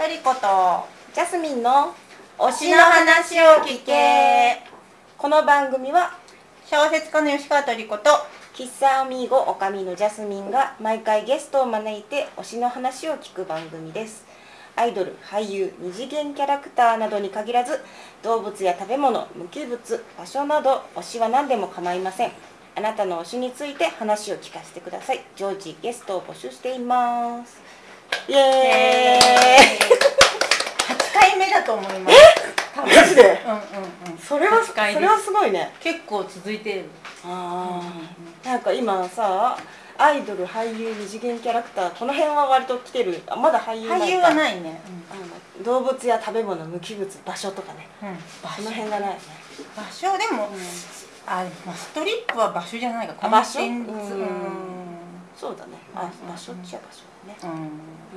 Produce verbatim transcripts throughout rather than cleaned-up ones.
りことジャスミンの推しの話を聞け。 この番組は小説家の吉川とりこと喫茶アミーゴおかみのジャスミンが毎回ゲストを招いて推しの話を聞く番組です。アイドル、俳優、二次元キャラクターなどに限らず、動物や食べ物、無機物、場所など推しは何でも構いません。あなたの推しについて話を聞かせてください。常時ゲストを募集しています。イエーイはちかいめだと思います。 マジでうんうんうん。 それははちかいそれはすごいね。 結構続いてる。 ああ、なんか今さ、アイドル、俳優、二次元キャラクター、この辺は割と来てる。あ、まだ俳優ないか。 俳優はないね。 あの動物や食べ物、無機物、場所とかね。 うん。 その辺がないね。 場所でも、あ、まあストリップは場所じゃないか。 あ、場所。 コンテンツ。 うん。そうだね。あ、 うん場所っちゃ場所だね。 うん。うん。 うん。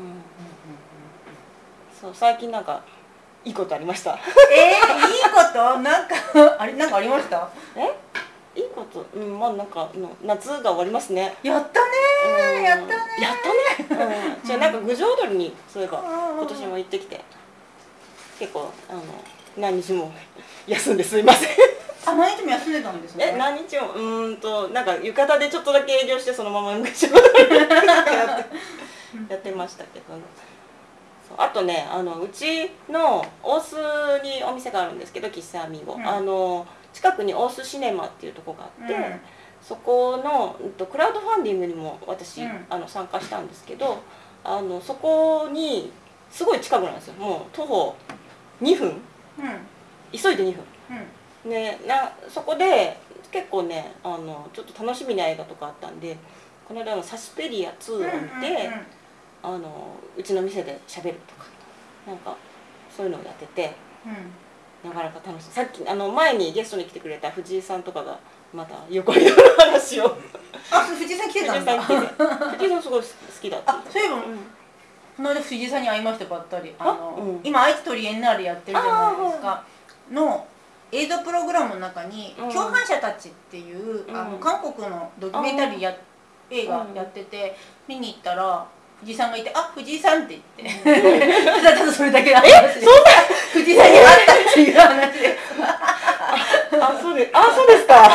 そう、最近なんかいいことありました。 えー、いいことなんかあれなんかありました？ え？いいこと、うん、まあなんかの夏が終わりますね。 やったねー、やったねー。 やったね。うん、じゃあなんか郡上踊りにそういえば今年も行ってきて、結構あの何日も休んですいません。 あ、毎日も休んでたんですね。 え、何日もうーんとなんか浴衣でちょっとだけ営業してそのまま郡上踊りやってやってましたけど。あとね、あのうちの大須にお店があるんですけど、喫茶アミーゴ、うん、あの近くに大須シネマっていうとこがあって、うん、そこの、うん、とクラウドファンディングにも私、うん、あの参加したんですけど、あのそこにすごい近くなんですよ。もう徒歩にふん、うん、急いでにふん、うん、ね、なそこで結構ね、あのちょっと楽しみな映画とかあったんで、この間のサスペリアツーを見て、うんうんうん、あのうちの店でしゃべるとかなんかそういうのをやってて、うん、なかなか楽しい。さっきあの前にゲストに来てくれた藤井さんとかがまた横にの話をあ、藤井さん来てたんだ。 藤井さん来てて藤井さんすごい好きだって。 あ、そういえば、うん、この間藤井さんに会いましたばったり。あの、うん、今愛知トリエンナーレやってるじゃないですかの映像プログラムの中に「共犯者たち」っていう、うん、あの韓国のドキュメンタリーや映画やってて、見に行ったら藤井さんがいて「あ、藤井さん」って言って、ただただそれだけの話で、藤井さんに会ったっていう話であ、そうです。あ、そうですか。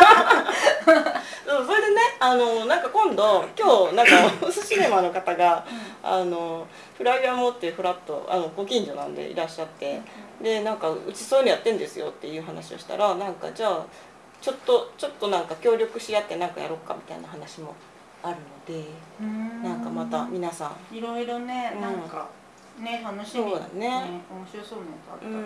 それでね、あのなんか今度今日なんかお寿司ネマの方があのフライヤー持ってフラッとあのご近所なんでいらっしゃって、でなんかうちそういうのやってんですよっていう話をしたら、なんかじゃあちょっとちょっとなんか協力し合ってなんかやろうかみたいな話もあるので、なんかまた皆さんいろいろね、うん、なんかね楽しみ、 そうだね、 面白そうなやつあったら、うん、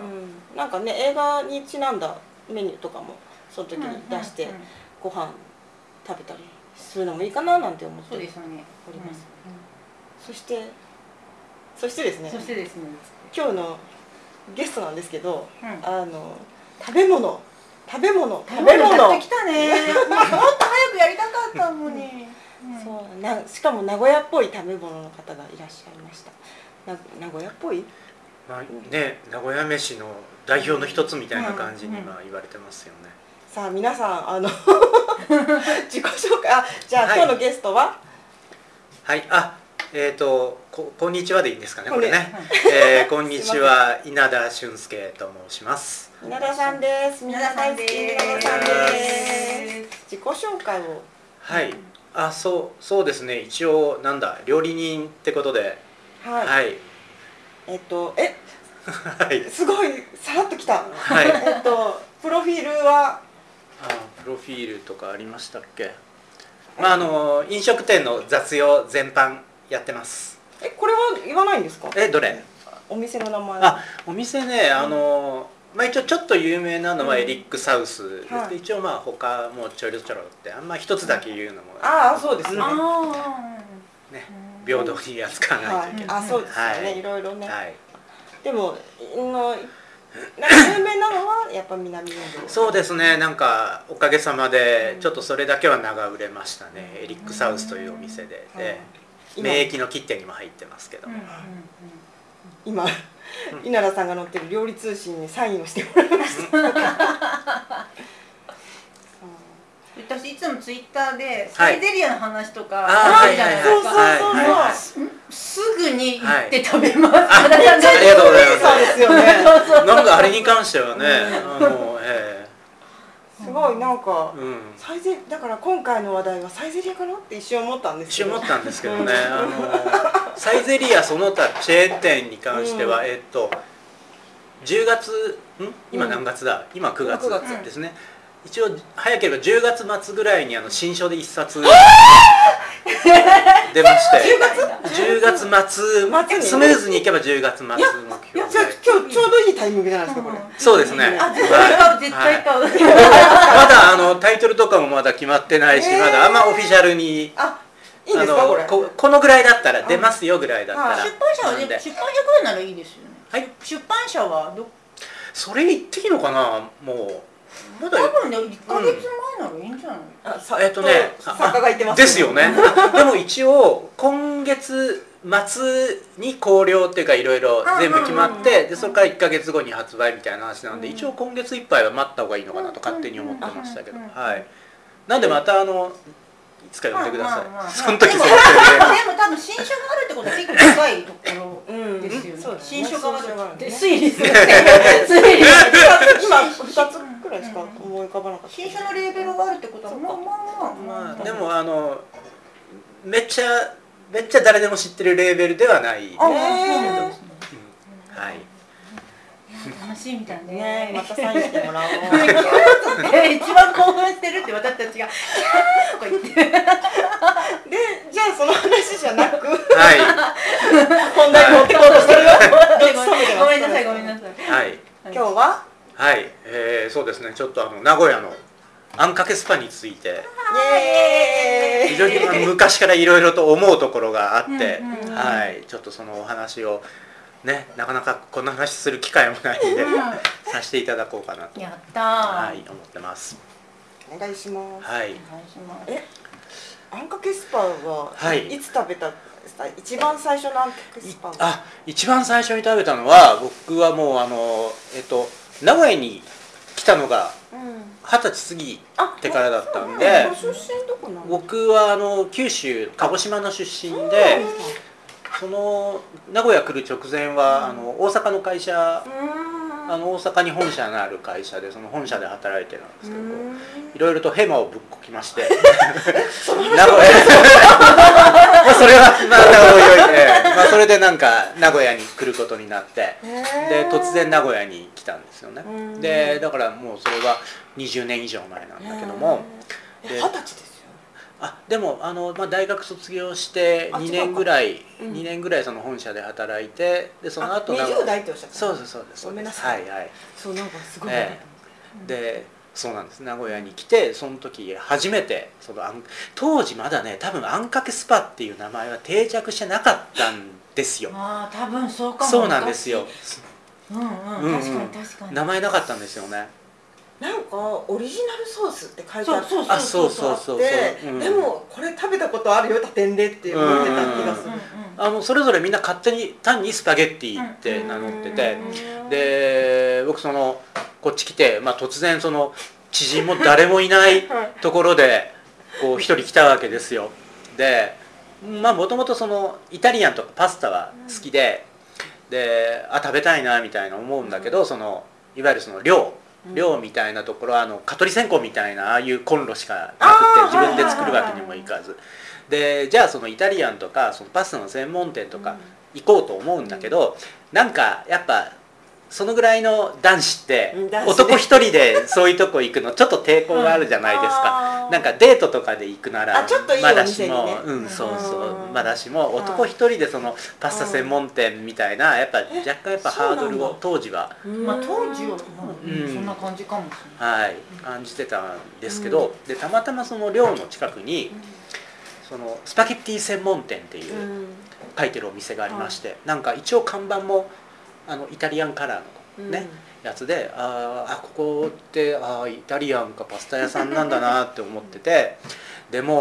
なんかね映画にちなんだメニューとかもその時に出してご飯食べたりするのもいいかななんて思っております。そうですね。そしてそしてですね。 そしてですね。 今日のゲストなんですけど、うん、あの食べ物食べ物食べ物やってきたね。もっと早くやりたかったのに。 そうな、しかも名古屋っぽい食べ物の方がいらっしゃいました。な名古屋っぽい、 まあね、名古屋飯の代表の一つみたいな感じに今言われてますよね。 さあ皆さん、あの自己紹介、あ、じゃあ、はい、今日のゲストははい、あ、えっ、ー、とここんにちはでいいんですかね、これね。えー、こんにちは、稲田俊介と申します。 稲田さんです。 稲田さんです。 稲田さんです。自己紹介を。 はい。あ、そうそうですね。一応なんだ料理人ってことで。 はい。 はい、 えっとえ、 はい、 すごいさらっときた。 はい。 えっとプロフィールは。 あ、プロフィールとかありましたっけ。まああの飲食店の雑用全般やってます。 え、これは言わないんですか。 え、どれ。 お店の名前。 あ、お店ね、あの、うん、まあ一応ちょっと有名なのはエリックサウス、うん、はい、一応まあ他もちょろちょろってあんま一つだけ言うのも、 うん、ああ、そうですね。 ね、平等に扱わないといけない。 はい、あ、そうですよね、はい、いろいろね。 はい、 でものなんか有名なのはやっぱ南運動。 そうですね、なんかおかげさまでちょっとそれだけは長売れましたね、うん、エリックサウスというお店で、で、うん、免疫の切手にも入ってますけども、うん、 今稲田さんが載ってる料理通信にサインをしてもらいました。 私いつもツイッターでサイゼリアの話とかあるじゃないですか。すぐに行って食べます。 ありがとうございます。 なんかあれに関してはね、あのええすごいなんかサイゼだから今回の話題はサイゼリアかなって一瞬思ったんですけど。一瞬思ったんですけどね。あのサイゼリアその他チェーン店に関してはえっとじゅうがつん今何月だ？今くがつですね。一応早ければじゅうがつ末ぐらいにあの新書で一冊出ましてじゅうがつ末スムーズにいけばじゅうがつ末目標でじゃあ今日ちょうどいいタイミングじゃないですかこれ。 そうですね。 あ絶対買う絶対買う。 まだあのタイトルとかもまだ決まってないしまだあんまオフィシャルにあいいですかこれこのぐらいだったら出ますよぐらいだったら。 出版社は出版社ぐらいならいいですよね。はい出版社はどそれ言っていいのかなもう。 まだ多分ねいっかげつまえならいいんじゃない？ えっとね作家が言ってますですよね。でも一応今月末に考慮っていうかいろいろ全部決まってでそれからいっかげつごに発売みたいな話なので一応今月いっぱいは待った方がいいのかなと勝手に思ってましたけど、はい。なんでまたあのいつか呼んでください。その時その時で。でも多分新書があるってことは結構高いところですよね。新書があるって推理する。推理。 今ふたつくらいしか思い浮かばなかった。 新書のレーベルがあるってことはまあまあまあでもあのめっちゃめっちゃ誰でも知ってるレーベルではない。はい。 楽しみだね。またサインしてもらおう。 一番興奮してるって私たちがとか言って。でじゃあその話じゃなく、 はい。 本題持ってこうとしてるよ。 ごめんなさいごめんなさい。 はい。 今日ははい、えー、そうですね。ちょっとあの名古屋のあんかけスパについて非常にあの昔からいろいろと思うところがあって、はい、ちょっとそのお話を。ね、なかなかこんな話する機会もないんで、させていただこうかなと、 やったー、 はい、思ってます。 お願いします。 はい。 え、あんかけスパは、はい、いつ食べた一番最初のあんかけスパは？ あ、一番最初に食べたのは僕はもうあのえっと名古屋に来たのが二十歳過ぎてからだったんで、僕はあの九州鹿児島の出身で。その名古屋来る直前は、うん、あの大阪の会社、あの大阪に本社のある会社でその本社で働いてるんですけど、いろいろとヘマをぶっこきまして名古屋まあそれはまあおいおいで、まあ、それでなんか名古屋に来ることになってで突然名古屋に来たんですよね。でだからもうそれはにじゅうねん以上前なんだけども二十歳ですあでもあの、まあ、大学卒業してにねんぐらい、うん、にねんぐらいその本社で働いてでその後にじゅう代っておっしゃったそうですそうですごめんなさいはいはいそうなんかすごい、 えー、でそうなんです名古屋に来てその時初めてそのあん当時まだね多分あんかけスパっていう名前は定着してなかったんですよ。 ああ多分そうかも。 そうなんですよ。 うんうん、うんうん、確かに確かに名前なかったんですよね。 なんかオリジナルソースって書いてあってあそうそうそうそうでもこれ食べたことあるよ他店でって思ってた気がする。 あのそれぞれみんな勝手に単にスパゲッティって名乗っててで僕そのこっち来て、まあ、突然その知人も誰もいないところでこう一人来たわけですよ。でまあもともとそのイタリアンとかパスタは好きでであ食べたいなみたいな思うんだけどそのいわゆるその量寮みたいなところはあの蚊取り線香みたいなああいうコンロしかなくて自分で作るわけにもいかずでじゃあそのイタリアンとかそのパスタの専門店とか行こうと思うんだけどなんかやっぱそのぐらいの男子って男一人でそういうとこ行くのちょっと抵抗があるじゃないですか。なんかデートとかで行くならまだしもうんそうそうまだしも男一人でそのパスタ専門店みたいなやっぱ若干やっぱハードルを当時はまあ当時はそんな感じかもしれないはい感じてたんですけどでたまたまその寮の近くにそのスパゲッティ専門店っていう書いてるお店がありましてなんか一応看板もあのイタリアンカラーのね、うん、やつでああここってあイタリアンかパスタ屋さんなんだなって思っててでも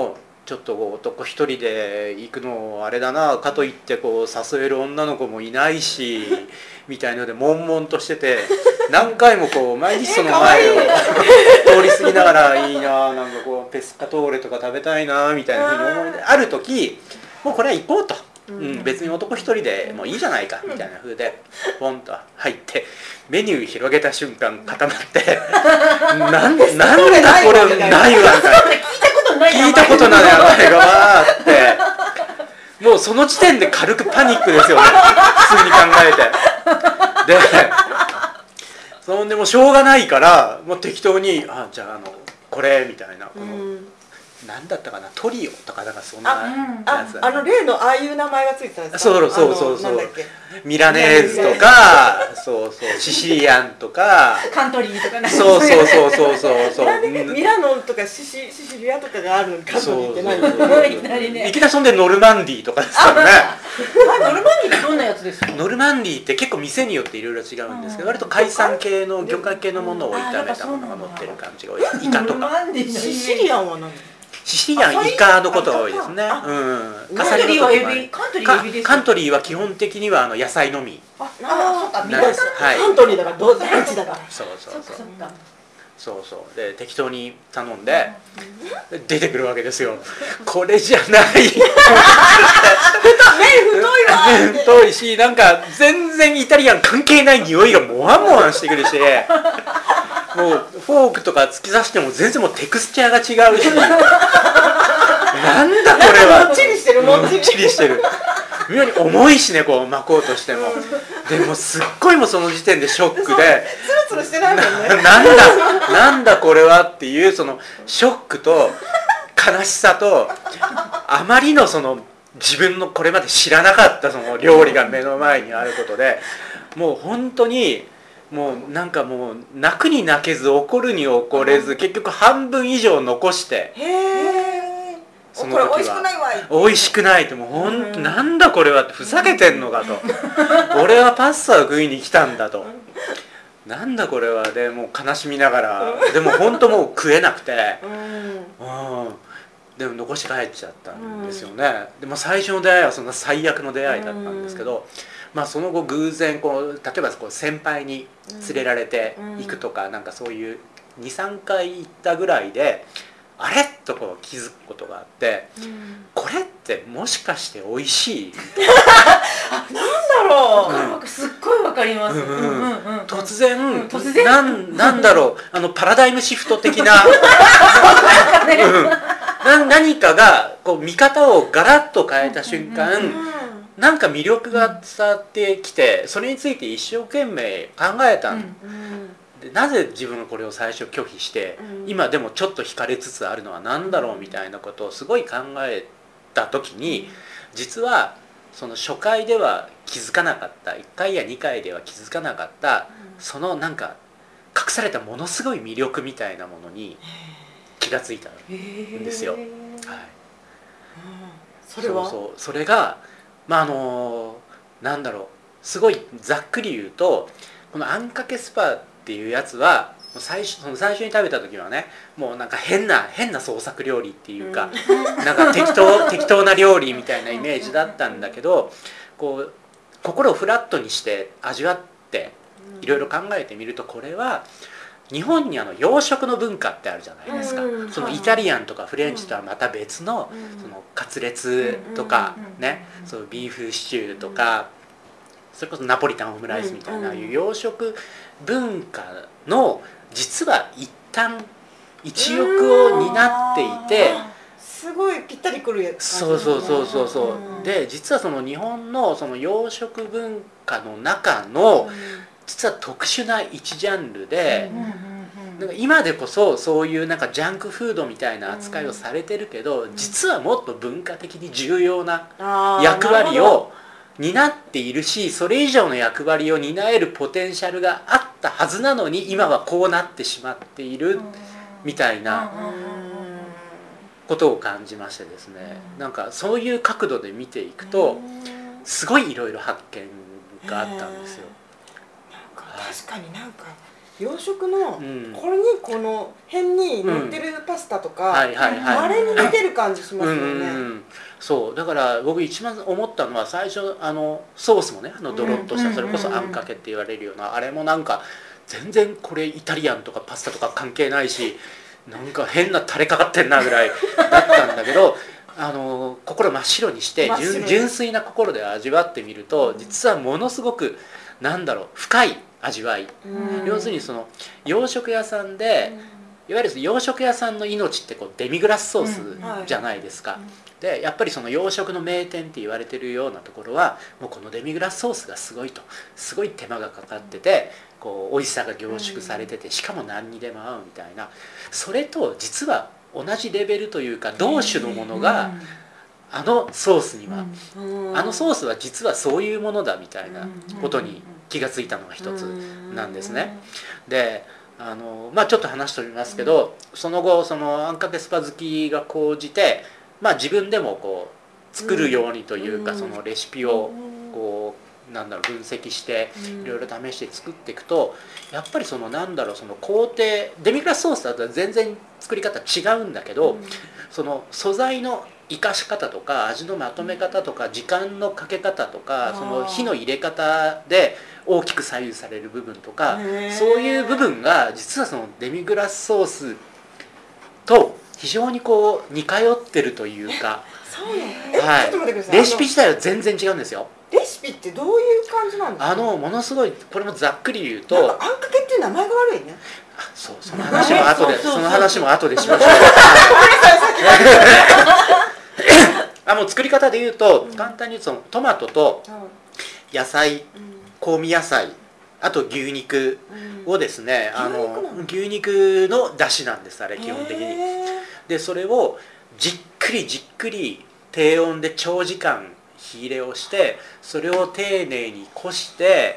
ちょっとこう男一人で行くのあれだなかといってこう誘える女の子もいないしみたいなので悶々としてて、何回もこう毎日その前を通り過ぎながらいいななんかこうペスカトーレとか食べたいなみたいなふうに思いある時もうこれは行こうと、うん、別に男一人でもういいじゃないかみたいな風でポンと入ってメニュー広げた瞬間固まってなんなんだこれないわみたいな聞いたことない名前がわーってもうその時点で軽くパニックですよね普通に考えて。でそんでもうしょうがないからもう適当に「あじゃああのこれ」みたいなこの、うんなんだったかなトリオとかなんかそんなやつ、ああの例のああいう名前がついてたんですか。 そうそうそうそうミラネーズとかそうそうシシリアンとかカントリーとかねそうそうそうそうそうそうミラノとかシシシシリアとかがあるのにカントリーって何いきなりそんでノルマンディーとかですからね。 ノルマンディーってどんなやつですか。 ノルマンディーって結構店によっていろいろ違うんですけど、割と海産系の魚介系のものを炒めたものが乗ってる感じが多い。イカとか。 シシリアンは何？ シシリアンイカのことが多いですね。 うん。カントリーはエビ、カントリーエビです。 カントリーは基本的にはあの野菜のみ。 あ、あ、そうか。 なんです。はい。 カントリーだからどう産地だから。 そうそうそう。そうそうで適当に頼んで出てくるわけですよ。これじゃない。麺太いわ。 麺太いしなんか全然イタリアン関係ない匂いがもわもわしてくるし。もうフォークとか突き刺しても全然もうテクスチャーが違うしなんだこれはもっちりしてるもっちりしてる妙に重いしねこう巻こうとしてもでもすっごいもうその時点でショックでツルツルしてないもんねなんだなんだこれはっていうそのショックと悲しさとあまりのその自分のこれまで知らなかったその料理が目の前にあることでもう本当にもうなんかもう泣くに泣けず怒るに怒れず結局半分以上残してへえその時はこれ美味しくないわ美味しくないってもうほんとなんだこれはってふざけてんのかと俺はパスタを食いに来たんだとなんだこれはでもう悲しみながらでも本当もう食えなくてうんでも残し帰っちゃったんですよねでも最初の出会いはそんな最悪の出会いだったんですけどまあその後偶然こう例えばこう先輩に連れられて行くとかなんかそういうにさんかい行ったぐらいであれとこう気づくことがあってこれってもしかして美味しいなんだろうすっごいわかります突然突然なんなんだろうあのパラダイムシフト的な何かがこう見方をガラッと変えた瞬間なんか魅力が伝わってきてそれについて一生懸命考えたん、うん、でなぜ自分がこれを最初拒否して、うん、今でもちょっと惹かれつつあるのは何だろうみたいなことをすごい考えた時に実はその初回では気づかなかったいっかいやにかいでは気づかなかったそのなんか隠されたものすごい魅力みたいなものに気がついたんですよ。はい、 それはそうそうそれがまああのなんだろうすごいざっくり言うとこのあんかけスパっていうやつは最初その最初に食べた時はねもうなんか変な変な創作料理っていうか、うん、なんか適当適当な料理みたいなイメージだったんだけどこう心をフラットにして味わっていろいろ考えてみるとこれは日本にあの洋食の文化ってあるじゃないですか、うん、そのイタリアンとかフレンチとはまた別の、うん、そのカツレツとかね、うん、そうビーフシチューとか、それこそナポリタンオムライスみたいな、うん、いう洋食文化の実は一端一翼を担っていて、 すごいぴったりくるやつ、 そうそうそうそうそう、で実はその日本のその洋食文化の中の、実は特殊な一ジャンルで、なんか今でこそそういうなんかジャンクフードみたいな扱いをされてるけど、実はもっと文化的に重要な役割を担っているし、それ以上の役割を担えるポテンシャルがあったはずなのに今はこうなってしまっているみたいなことを感じましてですね、なんかそういう角度で見ていくとすごいいろいろ発見があったんですよ。 確かになんか洋食のこれにこの辺に乗ってるパスタとか、あれに似てる感じしますよね。 そうだから僕一番思ったのは最初あのソースもね、あのドロッとしたそれこそあんかけって言われるようなあれもなんか全然これイタリアンとかパスタとか関係ないし、なんか変なタレかかってんなぐらいだったんだけどあの心真っ白にして純純粋な心で味わってみると、実はものすごくなんだろう深い味わい、要するにその洋食屋さんで、いわゆる洋食屋さんの命ってこうデミグラスソースじゃないですか。でやっぱりその洋食の名店って言われてるようなところはもうこのデミグラスソースがすごいと、すごい手間がかかっててこう美味しさが凝縮されてて、しかも何にでも合うみたいな、それと実は同じレベルというか同種のものがあのソースには、あのソースは実はそういうものだみたいなことに気がついたのが一つなんですね。であのまあちょっと話しておりますけど、その後そのあんかけスパ好きが高じて、まあ自分でもこう作るようにというか、そのレシピをこうなんだろう分析していろいろ試して作っていくと、やっぱりそのなんだろうその工程デミグラスソースだと全然作り方違うんだけど、その素材の生かし方とか味のまとめ方とか時間のかけ方とか、その火の入れ方で大きく左右される部分とか、そういう部分が実はそのデミグラスソースと非常にこう似通ってるというか、レシピ自体は全然違うんですよ。 レシピってどういう感じなんですか？ あのものすごいこれもざっくり言うと、 なんかあんかけっていう名前が悪いね。 あ、そう、その話も後でその話も後でしましょう。あもう作り方で言うと、簡単に言うとそのトマトと野菜、香味野菜、あと牛肉をですね、あの牛肉の出汁なんです、あれ基本的に。でそれをじっくりじっくり低温で長時間火入れをして、それを丁寧にこして、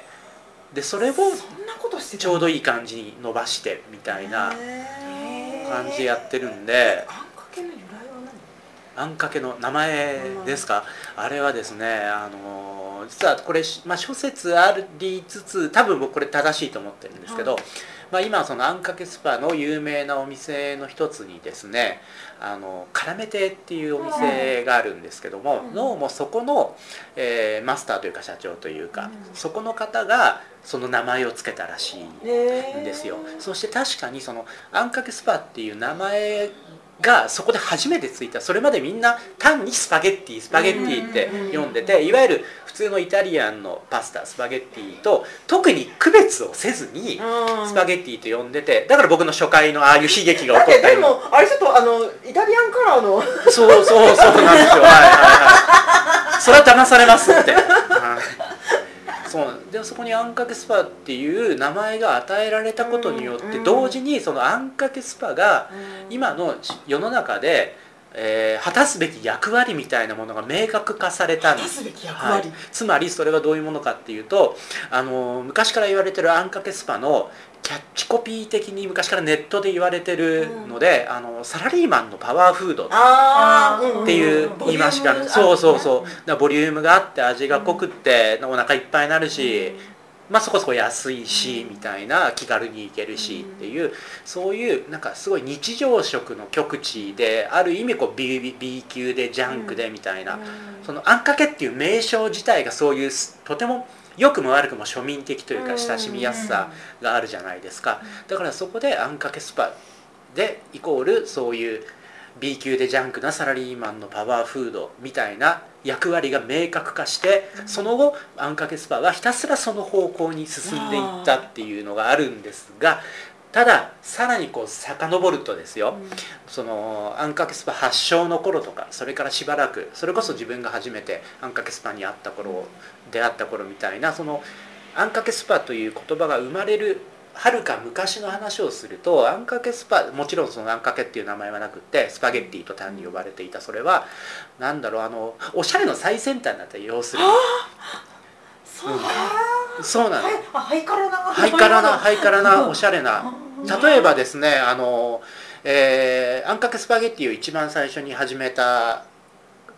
でそれをちょうどいい感じに伸ばしてみたいな感じでやってるんで。 あんかけの由来は何？あんかけの名前ですか？あれはですね、あの実はこれ、まあ、諸説ありつつ多分僕これ正しいと思ってるんですけど、まあ、今そのあんかけスパの有名なお店の一つにですね、あのからめ亭っていうお店があるんですけども、どうもそこの、えー、マスターというか社長というか、そこの方がその名前を付けたらしいんですよ。そして確かにそのあんかけスパっていう名前がそこで初めてついた。それまでみんな単にスパゲッティスパゲッティって呼んでて、いわゆる普通のイタリアンのパスタスパゲッティと特に区別をせずにスパゲッティと呼んでて、だから僕の初回のああいう悲劇が起こったり。 でもあれちょっとあのイタリアンカラーのそうそうそうなんですよ。はいはいはい。それは騙されますって。そうなんで、そこにあんかけスパっていう名前が与えられたことによって、同時にそのあんかけスパが今の世の中で、えー、果たすべき役割みたいなものが明確化されたんです。 果たすべき役割、 はい、つまりそれはどういうものかっていうと、あの昔から言われてるあんかけスパのキャッチコピー的に昔からネットで言われてるので、うん、あのサラリーマンのパワーフードっていう言い回しがある。そうそうそう。だからボリュームがあって味が濃くってお腹いっぱいになるし、うん、まあそこそこ安いしみたいな、気軽に行けるしっていう、そういうなんかすごい日常食の極致で、ある意味こう B, B 級でジャンクでみたいな、そのあんかけっていう名称自体がそういうとても良くも悪くも庶民的というか親しみやすさがあるじゃないですか。だからそこであんかけスパでイコールそういう B 級でジャンクなサラリーマンのパワーフードみたいな役割が明確化して、その後あんかけスパはひたすらその方向に進んでいったっていうのがあるんですが、たださらにこう遡るとですよ、うん、そのあんかけスパ発祥の頃とか、それからしばらく、それこそ自分が初めてあんかけスパに会った頃、出会った頃みたいな、そのあんかけスパという言葉が生まれるはるか昔の話をすると、あんかけスパ、もちろんそのあんかけっていう名前はなくってスパゲッティと単に呼ばれていた。それはなんだろう、あのおしゃれの最先端だった要するに。 そう、 うん、そうなんです。 ハイカラなハイカラなハイカラなおしゃれな。例えばですね、あの、えー、あんかけスパゲッティを一番最初に始めた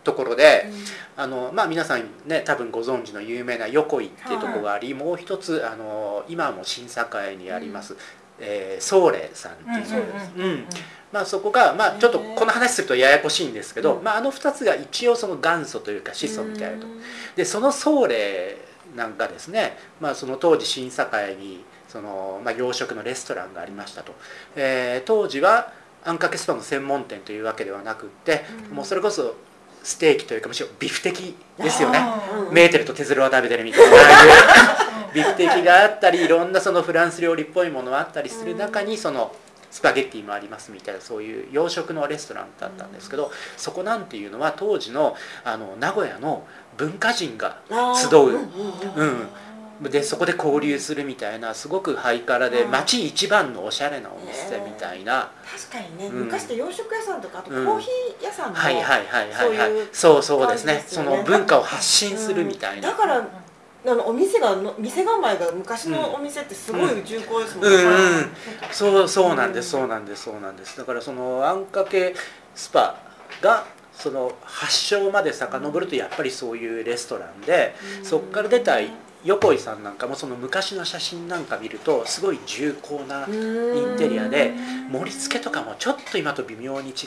ところで、うん、あのまあ、皆さんね多分ご存知の有名な横井っていうところがあり、はい、もう一つあの今も新栄にあります、うん、えー、ソーレさんっていうそうです、うんうん、まあ、そこが、まあ、ちょっとこの話するとややこしいんですけど、うん、まあ、あのふたつが一応その元祖というか始祖みたいなと、うん、でそのソーレなんかですね、まあ、その当時新栄にその、まあ、洋食のレストランがありましたと、えー、当時はあんかけスパの専門店というわけではなくって、うん、もうそれこそステーキというかむしろビフテキですよね、うん、メーテルとテズルを食べてるみたいなビフテキがあったりいろんなそのフランス料理っぽいものがあったりする中にそのスパゲッティもありますみたいなそういう洋食のレストランだったんですけど、そこなんていうのは当時のあの名古屋の文化人が集う、うん、でそこで交流するみたいなすごくハイカラで街一番のおしゃれなお店みたいな、 確かにね、うん、昔って洋食屋さんとかあとコーヒー屋さんもはいはいはいはいはい、そうそうですね、その文化を発信するみたいな、 だからあのお店がの店構えが昔のお店ってすごい重厚ですもんね。 うんうんうん、そうそうなんですそうなんですそうなんです。だからそのあんかけスパがその発祥まで遡るとやっぱりそういうレストランで、そこから出た横井さんなんかもその昔の写真なんか見るとすごい重厚なインテリアで盛り付けとかもちょっと今と微妙に違って。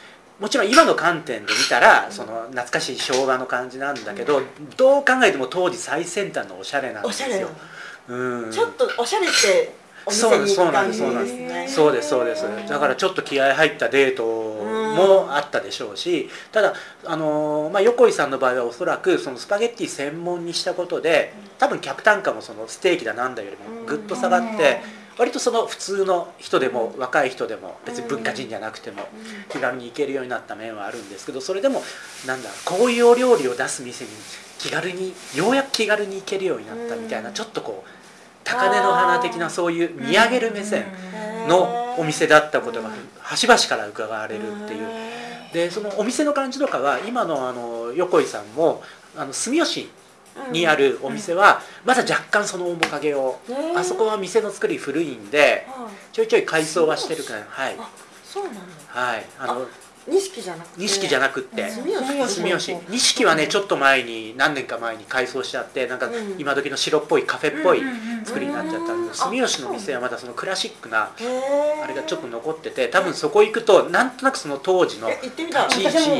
もちろん今の観点で見たらその懐かしい昭和の感じなんだけど、どう考えても当時最先端のおしゃれなんですよ。 うん、ちょっとおしゃれってお店に行ったんですね。 そうですそうです。だからちょっと気合い入ったデートもあったでしょうし、ただあの、まあ、横井さんの場合はおそらくそのスパゲッティ専門にしたことで多分客単価もそのステーキだなんだよりもぐっと下がって。割とその普通の人でも若い人でも別に文化人じゃなくても気軽に行けるようになった面はあるんですけど、それでもなんだこういうお料理を出す店に気軽にようやく気軽に行けるようになったみたいな、ちょっとこう高嶺の花的なそういう見上げる目線のお店だったことが端々から伺われるっていう。でそのお店の感じとかは今のあの横井さんもあの住吉にあるお店はまだ若干その面影を、あそこは店の作り古いんでちょいちょい改装はしてるから、はい、 そうなんだ、 はい、あの錦じゃなくて錦じゃなくって住吉錦はねちょっと前に何年か前に改装しちゃってなんか今時の白っぽいカフェっぽい作りになっちゃったんで、住吉の店はまだそのクラシックなあれがちょっと残ってて、多分そこ行くとなんとなくその当時の立ち位置立ち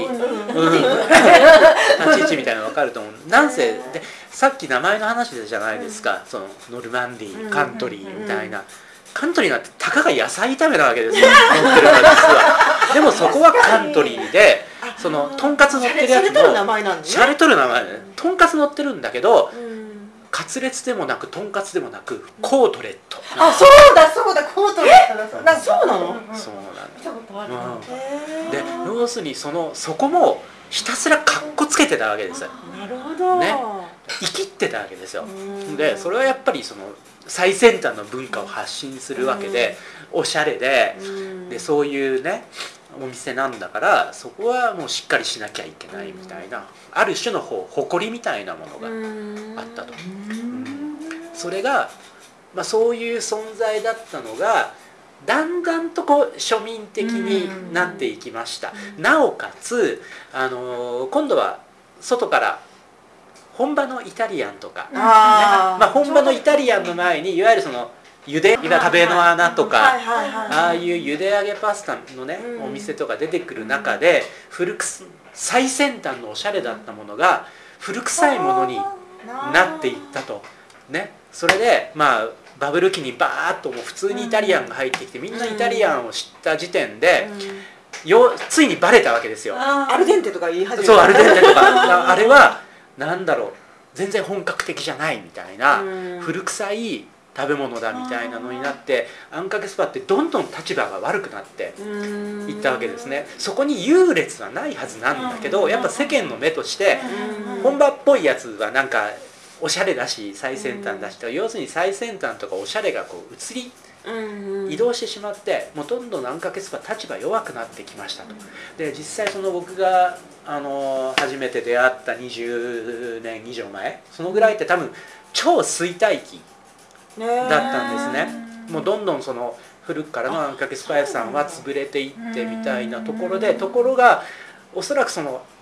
位置みたいなの分かると思う。なんせでさっき名前の話でじゃないですか、そのノルマンディーカントリーみたいな。カントリーなんてたかが野菜炒めなわけですよ、乗ってるから実は。でもそこはカントリーで、そのとんかつ乗ってるやつもシャレとる名前なんですね。 シャレとる名前でとんかつ乗ってるんだけど、カツレツでもなくとんかつでもなくコートレット。 あ、そうだそうだコートレットだ。 なんかそうなの？ そうなんだ。で要するにそのそこもひたすらカッコつけてたわけですよ。 なるほど。 ね、生きってたわけですよ。でそれはやっぱりその最先端の文化を発信するわけで、おしゃれで、でそういうねお店なんだからそこはもうしっかりしなきゃいけないみたいな、ある種の誇りみたいなものがあったと。それが、まあ、そういう存在だったのがだんだんとこう庶民的になっていきました。なおかつ、あのー、今度は外から本場のイタリアンとか、あ、まあ、本場のイタリアンの前にいわゆるそのゆで壁の穴とかああいうゆで揚げパスタのね、うん、お店とか出てくる中で古く最先端のおしゃれだったものが古臭いものになっていったとね。それでまあバブル期にバーッともう普通にイタリアンが入ってきてみんなイタリアンを知った時点で、うん、よついにバレたわけですよ。 アルデンテとか言い始めた。 そうアルデンテとかあれはなんだろう全然本格的じゃないみたいな、うん、古臭い食べ物だみたいなのになってあんかけスパってどんどん立場が悪くなっていったわけですね。そこに優劣はないはずなんだけどやっぱ世間の目として本場っぽいやつはなんかおしゃれだし最先端だしと要するに最先端とかおしゃれがこう移り移動してしまってもうどんどんあんかけスパ立場弱くなってきましたと。で実際その僕があの初めて出会ったにじゅうねん以上前そのぐらいって多分超衰退期だったんですね。もうどんどんその古くからのあんかけスパ屋さんは潰れていってみたいなところでところがおそらくその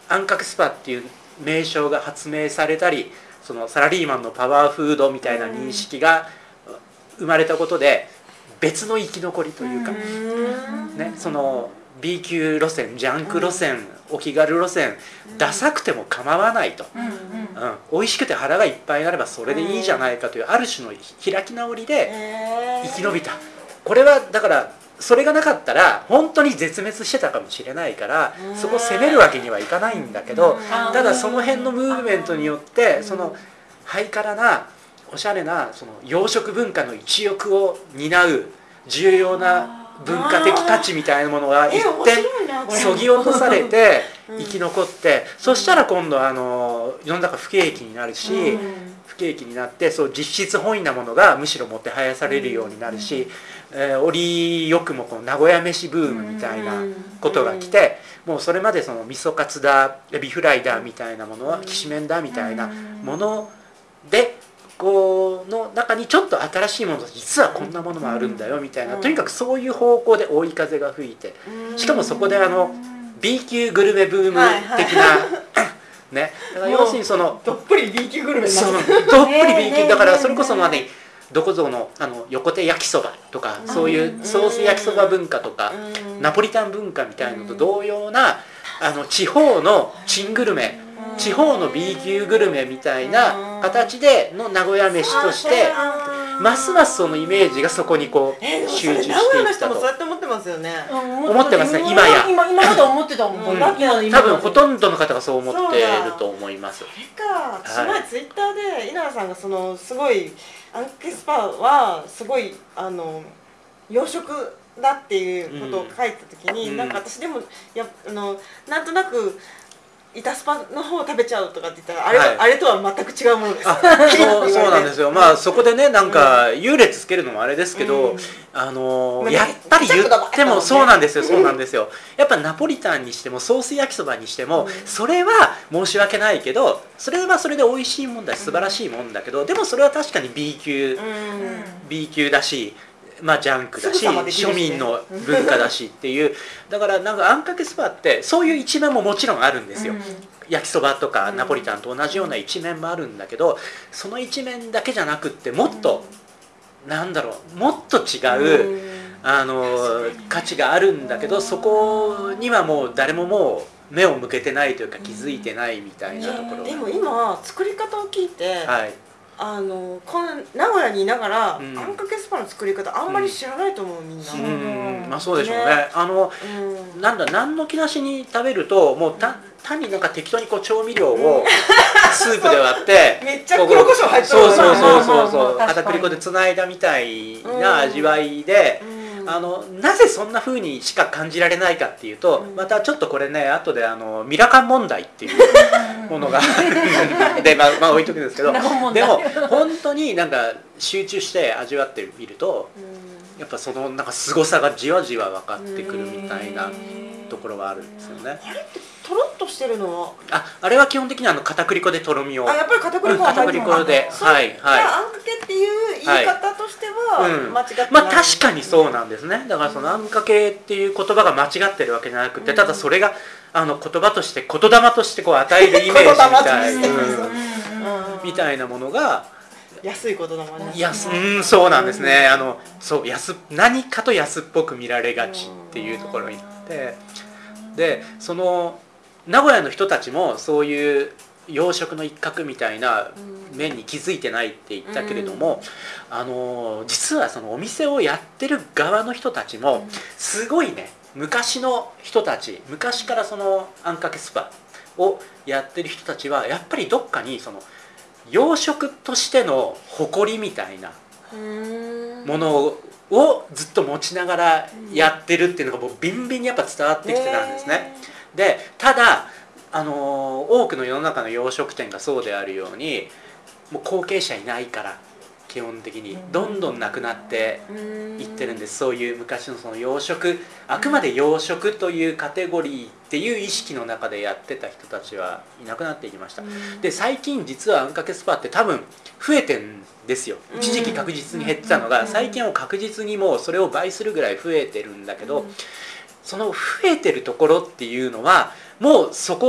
あんかけスパっていう名称が発明されたり、そのサラリーマンのパワーフードみたいな認識が生まれたことで別の生き残りというか、ね、その B 級路線、ジャンク路線、お気軽路線、ダサくても構わないと、うんうん、美味しくて腹がいっぱいになればそれでいいじゃないかというある種の開き直りで生き延びた。これはだからそれがなかったら本当に絶滅してたかもしれないから、そこを責めるわけにはいかないんだけど、ただその辺のムーブメントによってそのハイカラなおしゃれなその洋食文化の一翼を担う重要な文化的価値みたいなものが一点そぎ落とされて生き残って、そしたら今度あの世の中不景気になるし、不景気になってそう実質本位なものがむしろもてはやされるようになるし、えー、折よくもこの名古屋飯ブームみたいなことが来て、もうそれまでその味噌カツだエビフライだみたいなものはきしめんだみたいなものでこうの中にちょっと新しいもの、実はこんなものもあるんだよみたいな、とにかくそういう方向で追い風が吹いて、しかもそこであの B 級グルメブーム的なね、だから要するにそのどっぷり B 級グルメになる、 どっぷり B 級だから、それこそまでどこぞのあの横手焼きそばとかそういうソース焼きそば文化とかナポリタン文化みたいのと同様なあの地方のチングルメ、地方の B 級グルメみたいな形での名古屋飯としてますますそのイメージがそこにこう集中していったと。名古屋の人もそうやって思ってますよね。 思ってますね、今や。 今今まで思ってたもん。 うん、多分ほとんどの方がそう思っていると思います。 それか、私前ツイッターで稲田さんがそのすごいアンケスパはすごいあの洋食だっていうことを書いた時に、うん、なんか私でもやあのなんとなく板スパの方を食べちゃうとかって言ったらあれ、はい、あれとは全く違うものです。 そうそうなんですよ。まあそこでね、なんか優劣つけるのもあれですけど、うん、あのー、やっぱり言ってもそうなんですよ、そうなんですよ。やっぱナポリタンにしてもソース焼きそばにしても、うん、それは申し訳ないけど、それはそれで美味しいもんだし素晴らしいもんだけど、でもそれは確かに B 級、うん、B 級だし。まあジャンクだし、庶民の文化だしっていう、だからなんかあんかけスパってそういう一面ももちろんあるんですよ、うん、焼きそばとかナポリタンと同じような一面もあるんだけど、その一面だけじゃなくってもっと、うん、なんだろう、もっと違う、うん、あの価値があるんだけど、そこにはもう誰ももう目を向けてないというか気づいてないみたいなところが、 でも今作り方を聞いて、 はい、 あのこの名古屋にいながら、うん、あんかけスパの作り方あんまり知らないと思う、みんな。 うん、まあそうでしょうね。ね、あの、うん、なんだ何の気なしに食べるともうた単になんか適当にこう調味料をスープで割ってめっちゃ黒胡椒入ってる。 そうそうそうそうそう片栗粉でつないだみたいな味わいで。うん、あのなぜそんな風にしか感じられないかっていうと、うん、またちょっとこれね後であのミラカン問題っていうものがで、まあ、まあ置いとくんですけど、でも本当になんか集中して味わってみると、うん、やっぱそのなんか凄さがじわじわ分かってくるみたいなところがあるんですよね。 あれってとろっとしてるのはああれは基本的にあの片栗粉でとろみを、 あやっぱり片栗粉は片栗粉で、はいはい、 あんかけっていう言い方としては間違ってない、 まあ確かにそうなんですね。だからそのあんかけっていう言葉が間違ってるわけじゃなくて、ただそれがあの言葉として言霊としてこう与えるイメージみたい、うん、みたいなものが安い言霊ね。 安、うん、そうなんですね。あのそう安何かと安っぽく見られがちっていうところにあって、でその名古屋の人たちもそういう洋食の一角みたいな面に気づいてないって言ったけれども、うん、あの実はそのお店をやってる側の人たちもすごいね、昔の人たち、昔からそのあんかけスパをやってる人たちはやっぱりどっかにその洋食としての誇りみたいなものをずっと持ちながらやってるっていうのがもうビンビンにやっぱ伝わってきてたんですね。でただあの多くの世の中の洋食店がそうであるようにもう後継者いないから基本的にどんどんなくなっていってるんです。そういう昔のその洋食、あくまで洋食というカテゴリーっていう意識の中でやってた人たちはいなくなっていきました。で最近実はあんかけスパって多分増えてんですよ。一時期確実に減ってたのが最近は確実にもうそれを倍するぐらい増えてるんだけど、その増えてるところっていうのはもうそこ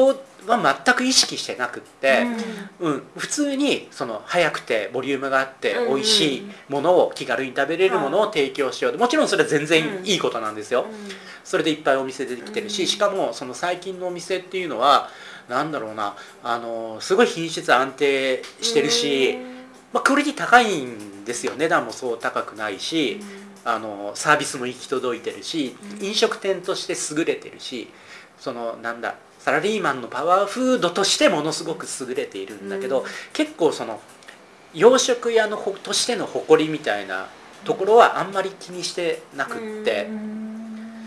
は全く意識してなくって、うんうん、普通にその早くてボリュームがあって美味しいものを気軽に食べれるものを提供しようと、もちろんそれは全然いいことなんですよ。それでいっぱいお店出てきてるし、しかもその最近のお店っていうのはなんだろうな、あのすごい品質安定してるし、まあ、クオリティ高いんですよ。値段もそう高くないし、あのサービスも行き届いてるし、飲食店として優れてるし、そのなんだサラリーマンのパワーフードとしてものすごく優れているんだけど、うん、結構その洋食屋のとしての誇りみたいなところはあんまり気にしてなくって、うん、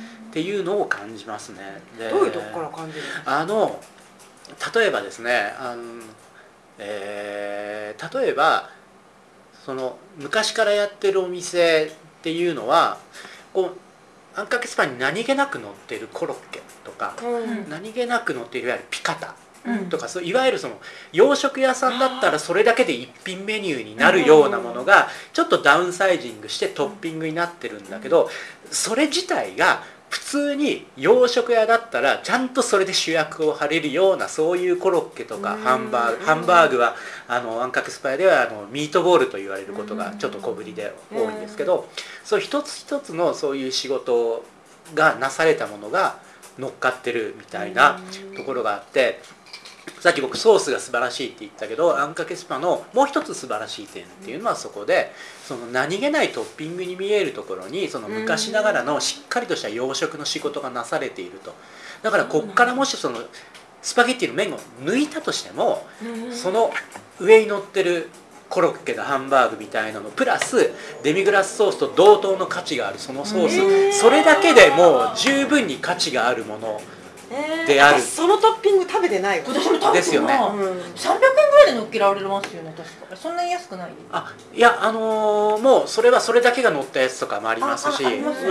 っていうのを感じますね。 でどういうとこから感じるんですか？ あの例えばですね、あの、えー、例えばその昔からやってるお店っていうのはこうあんかけスパンに何気なく乗っているコロッケとか、うん、何気なく乗っているいわゆるピカタとか、うん、そういわゆるその洋食屋さんだったらそれだけで一品メニューになるようなものがちょっとダウンサイジングしてトッピングになってるんだけど、それ自体が普通に洋食屋だったらちゃんとそれで主役を張れるようなそういうコロッケとかハンバーグハンバーグはあのあんかけスパイではあのミートボールと言われることがちょっと小ぶりで多いんですけど、そう一つ一つのそういう仕事がなされたものが乗っかってるみたいなところがあって、さっき僕ソースが素晴らしいって言ったけどあんかけスパのもう一つ素晴らしい点っていうのはそこでその何気ないトッピングに見えるところにその昔ながらのしっかりとした洋食の仕事がなされていると。だからこっからもしそのスパゲッティの麺を抜いたとしてもその上に乗ってるコロッケのハンバーグみたいなのプラスデミグラスソースと同等の価値があるそのソース、それだけでもう十分に価値があるものである。 そのトッピング食べてないわ。 私も食べてないですよね。さんびゃくえんぐらいで乗っけられますよね確か。そんなに安くない？ あ、いやあのー、もうそれはそれだけが乗ったやつとかもありますし、あ、ありますね、うん、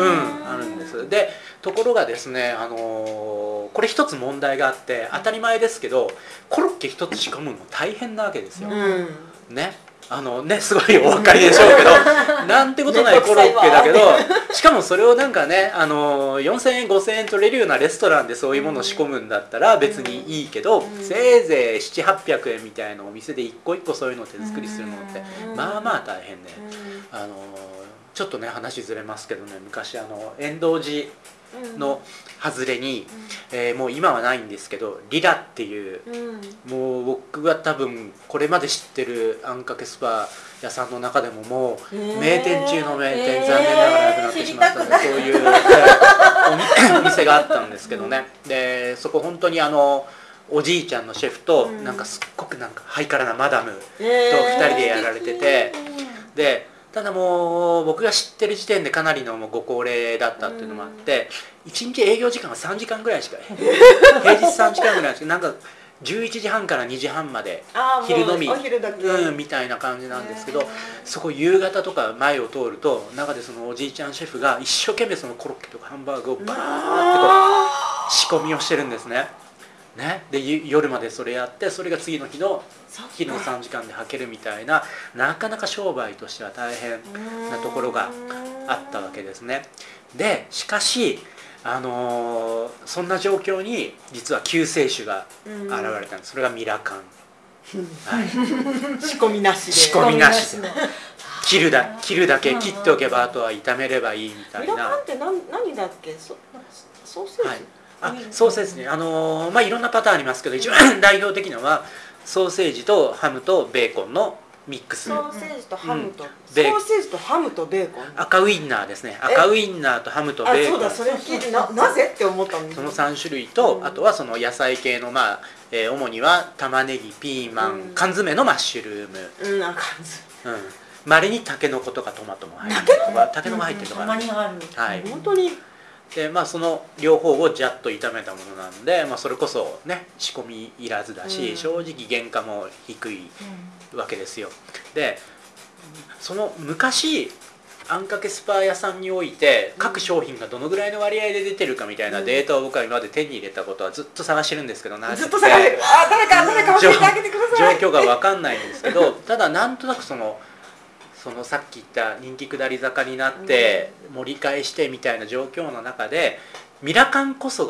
あるんです。でところがですね、あのー、これ一つ問題があって当たり前ですけどコロッケ一つ仕込むの大変なわけですよ。うん、ね。あのね、すごいお分かりでしょうけどなんてことないコロッケだけどしかもそれをなんかねあのよんせんえんごせんえん取れるようなレストランでそういうものを仕込むんだったら別にいいけど、うん、せいぜいななひゃくはっぴゃくえんみたいなお店で一個一個そういうのを手作りするのってまあまあ大変で、あのちょっとね話ずれますけどね、昔あの遠藤寺の外れに、えー、もう今はないんですけどリラっていう、うん、もう僕が多分これまで知ってるあんかけスパ屋さんの中でももう名店中の名店、えー、残念ながらなくなってしまったんで、そういう、えー、お店があったんですけどね、でそこ本当にあのおじいちゃんのシェフと、うん、なんかすっごくなんかハイカラなマダムとふたりでやられてて、でただもう僕が知ってる時点でかなりのもうご高齢だったっていうのもあっていちにち営業時間がさんじかんぐらいしか平日さんじかんぐらいしかなんかじゅういちじはんからにじはんまで昼飲み、うん、みたいな感じなんですけど、そこ夕方とか前を通ると中でそのおじいちゃんシェフが一生懸命そのコロッケとかハンバーグをバーってこう仕込みをしてるんですね。ね、で夜までそれやってそれが次の日の昼のさんじかんで履けるみたいななかなか商売としては大変なところがあったわけですね。でしかし、あのー、そんな状況に実は救世主が現れたんです。それがミラカン、はい、 仕込みなしで仕込みなしで切るだ切るだけ切っておけばあとは炒めればいいみたいな。 ミラカンって何、何だっけ？ソソーセージ、はい、 あ、ソーセージね、あのー、まあいろんなパターンありますけど一番代表的なのはソーセージとハムとベーコンのミックス。 ソーセージとハムと、うん、ソーセージとハムとベーコン、 赤ウインナーですね。赤ウインナーとハムとベーコン。 あ、そうだ、それ聞いて な, なぜって思ったんです。 そのさん種類と、うん、あとはその野菜系のまあ、えー、主には玉ねぎ、ピーマン、うん、缶詰のマッシュルーム、 うん、あ、缶詰、 うん、まれにタケノコとかトマトも入ってるとか、タケノコ入ってるとか、 たまにある、 はい、 本当に。 でまあ、その両方をジャッと炒めたものなんで、まあ、それこそね仕込みいらずだし、うん、正直原価も低いわけですよ。でその昔あんかけスパ屋さんにおいて各商品がどのぐらいの割合で出てるかみたいなデータを僕は今まで手に入れたことはずっと探してるんですけど、 なずっと探してる、あ、誰か誰か教えてあげてください。 状況が分かんないんですけどただなんとなくそのそのさっき言った人気下り坂になって盛り返してみたいな状況の中でミラカンこそが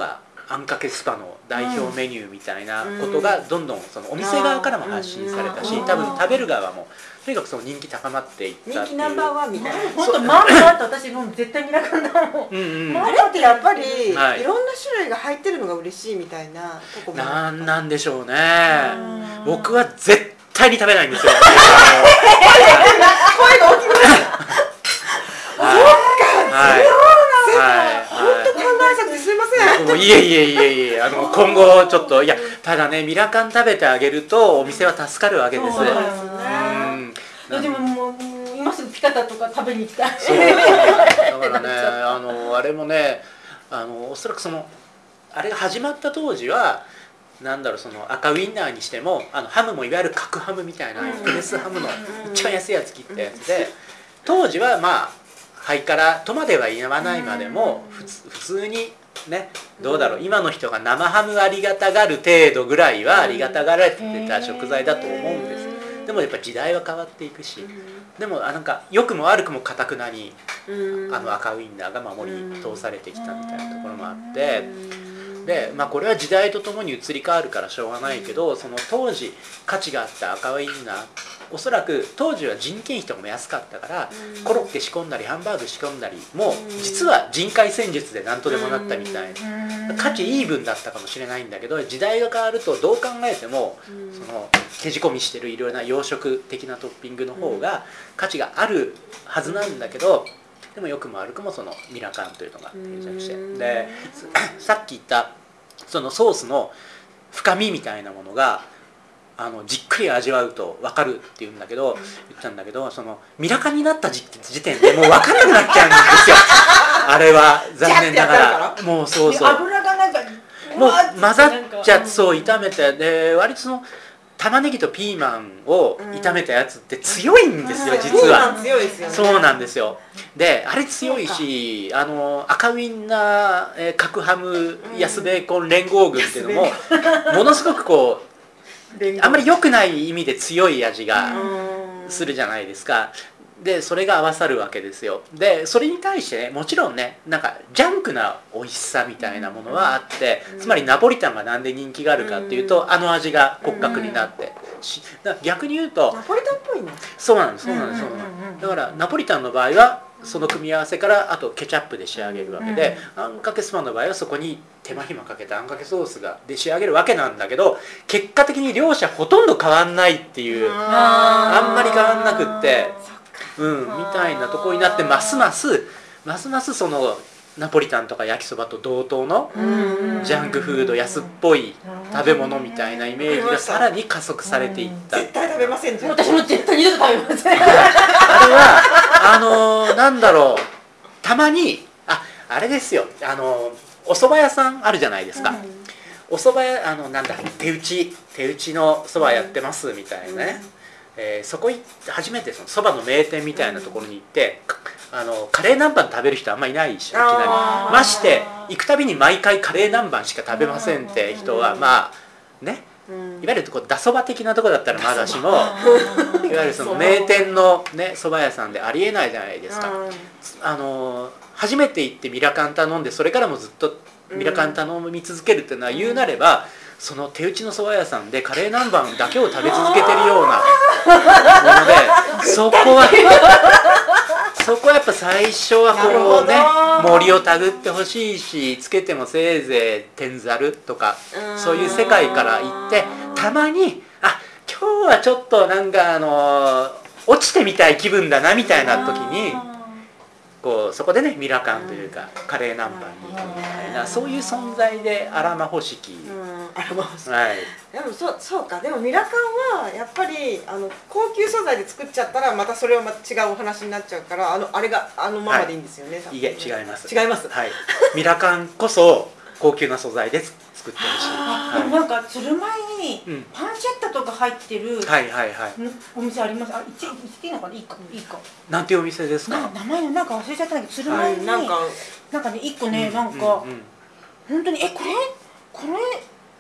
あんかけスパの代表メニューみたいなことがどんどんそのお店側からも発信されたし、多分食べる側もとにかくその人気高まっていったっていう。 人気ナンバーワンみたいな。 本当まんまって私もう絶対ミラカンだもん。 うんうん、あれってやっぱりいろんな種類が入ってるのが嬉しいみたいなとこも。 なんなんでしょうね。僕は絶対に食べないんですよ。 声が大きくなる。そうか。はい。本当考えなくてすいません。 もういえいえいえいえ、あの今後ちょっといやただねミラカン食べてあげるとお店は助かるわけです。そうですね。 でももう今すぐピカタとか食べに行きたい。 そうだからねあのあれもねあのおそらくそのあれが始まった当時はなんだろうその赤ウインナーにしてもあのハムもいわゆる角ハムみたいなプレスハムの一番安いやつ切ったやつで当時はまあハイカラとまでは言わないまでも普通普通にねどうだろう今の人が生ハムありがたがる程度ぐらいはありがたがられてた食材だと思うんです。でもやっぱ時代は変わっていくしでもなんか良くも悪くもかたくなにあの赤ウインナーが守り通されてきたみたいなところもあってで、まあ、これは時代とともに移り変わるからしょうがないけどその当時価値があった赤ウインナーおそらく当時は人件費とかも安かったからコロッケ仕込んだりハンバーグ仕込んだりも実は人海戦術で何とでもなったみたいな価値イーブンだったかもしれないんだけど時代が変わるとどう考えてもそのけじ込みしてるいろいろな洋食的なトッピングの方が価値があるはずなんだけどでも良くも悪くもそのミラカンというのが定着してでさっき言ったそのソースの深みみたいなものがあのじっくり味わうと分かるっていうんだけど言ったんだけどそのミラカンになった時点でもう分からなくなっちゃうんですよあれは残念ながらもうそうそう油がなんかもう混ざっちゃってそう炒めてで割とその玉ねぎとピーマンを炒めたやつって強いんですよ、うん、実は。 ピーマン強いですよね。 そうなんですよ。で、あれ強いし、あの赤ウィンナー、えー、角ハム、安ベーコン連合軍っていうのも、ものすごくこうあんまり良くない意味で強い味がするじゃないですか。でそれが合わさるわけですよ。でそれに対してねもちろんねなんかジャンクな美味しさみたいなものはあってつまりナポリタンがなんで人気があるかっていうとあの味が骨格になってし逆に言うとナポリタンっぽいね。 そうなんですそうなんですそうなんですだからナポリタンの場合はその組み合わせからあとケチャップで仕上げるわけであんかけスパの場合はそこに手間暇かけたあんかけソースがで仕上げるわけなんだけど結果的に両者ほとんど変わんないっていうあんまり変わんなくって。うん、みたいなところになってますますますますそのナポリタンとか焼きそばと同等のジャンクフード安っぽい食べ物みたいなイメージがさらに加速されていった絶対食べませんじゃん私も絶対二度と食べませんあれはあのー、なんだろうたまにああれですよあのー、お蕎麦屋さんあるじゃないですか、うん、お蕎麦屋あのなんだ手打ち手打ちの蕎麦やってますみたいなね、うんえー、そこ行って初めてそのそばの名店みたいなところに行って、うん、あのカレー南蛮食べる人あんまりいないしいきなりまして行くたびに毎回カレー南蛮しか食べませんって人はまあね、うん、いわゆるとこだそば的なところだったらまだしもいわゆるその名店のね蕎麦屋さんでありえないじゃないですか、うん、あの初めて行ってミラカン頼んでそれからもずっとミラカン頼み続けるっていうのは言うなれば、うんその手打ちの蕎麦屋さんでカレー南蛮だけを食べ続けてるようなものでそこはそこはやっぱ最初はこうね森をたぐってほしいしつけてもせいぜい天ざるとかそういう世界から行ってたまにあ今日はちょっとなんかあの落ちてみたい気分だなみたいな時にこうそこでねミラカンというかカレー南蛮に行くみたいなそういう存在であらまほしき。 あらまほしき、はい、でもそうそうかでもミラカンはやっぱりあの高級素材で作っちゃったらまたそれはまた違うお話になっちゃうからあのあれがあのままでいいんですよね。 はい、いえ違います。 違います。 はい。ミラカンこそ高級な素材で作ってほしい。 あ、はい、なんか鶴舞にパンチェッタとか入ってる、 はいはいはい、 お店あります。あ、一言っていいのかな、いいかいいか。 なんていうお店ですか。 名前のなんか忘れちゃったんだけど鶴舞に、なんかなんかね一個ね、なんか本当にえこれこれ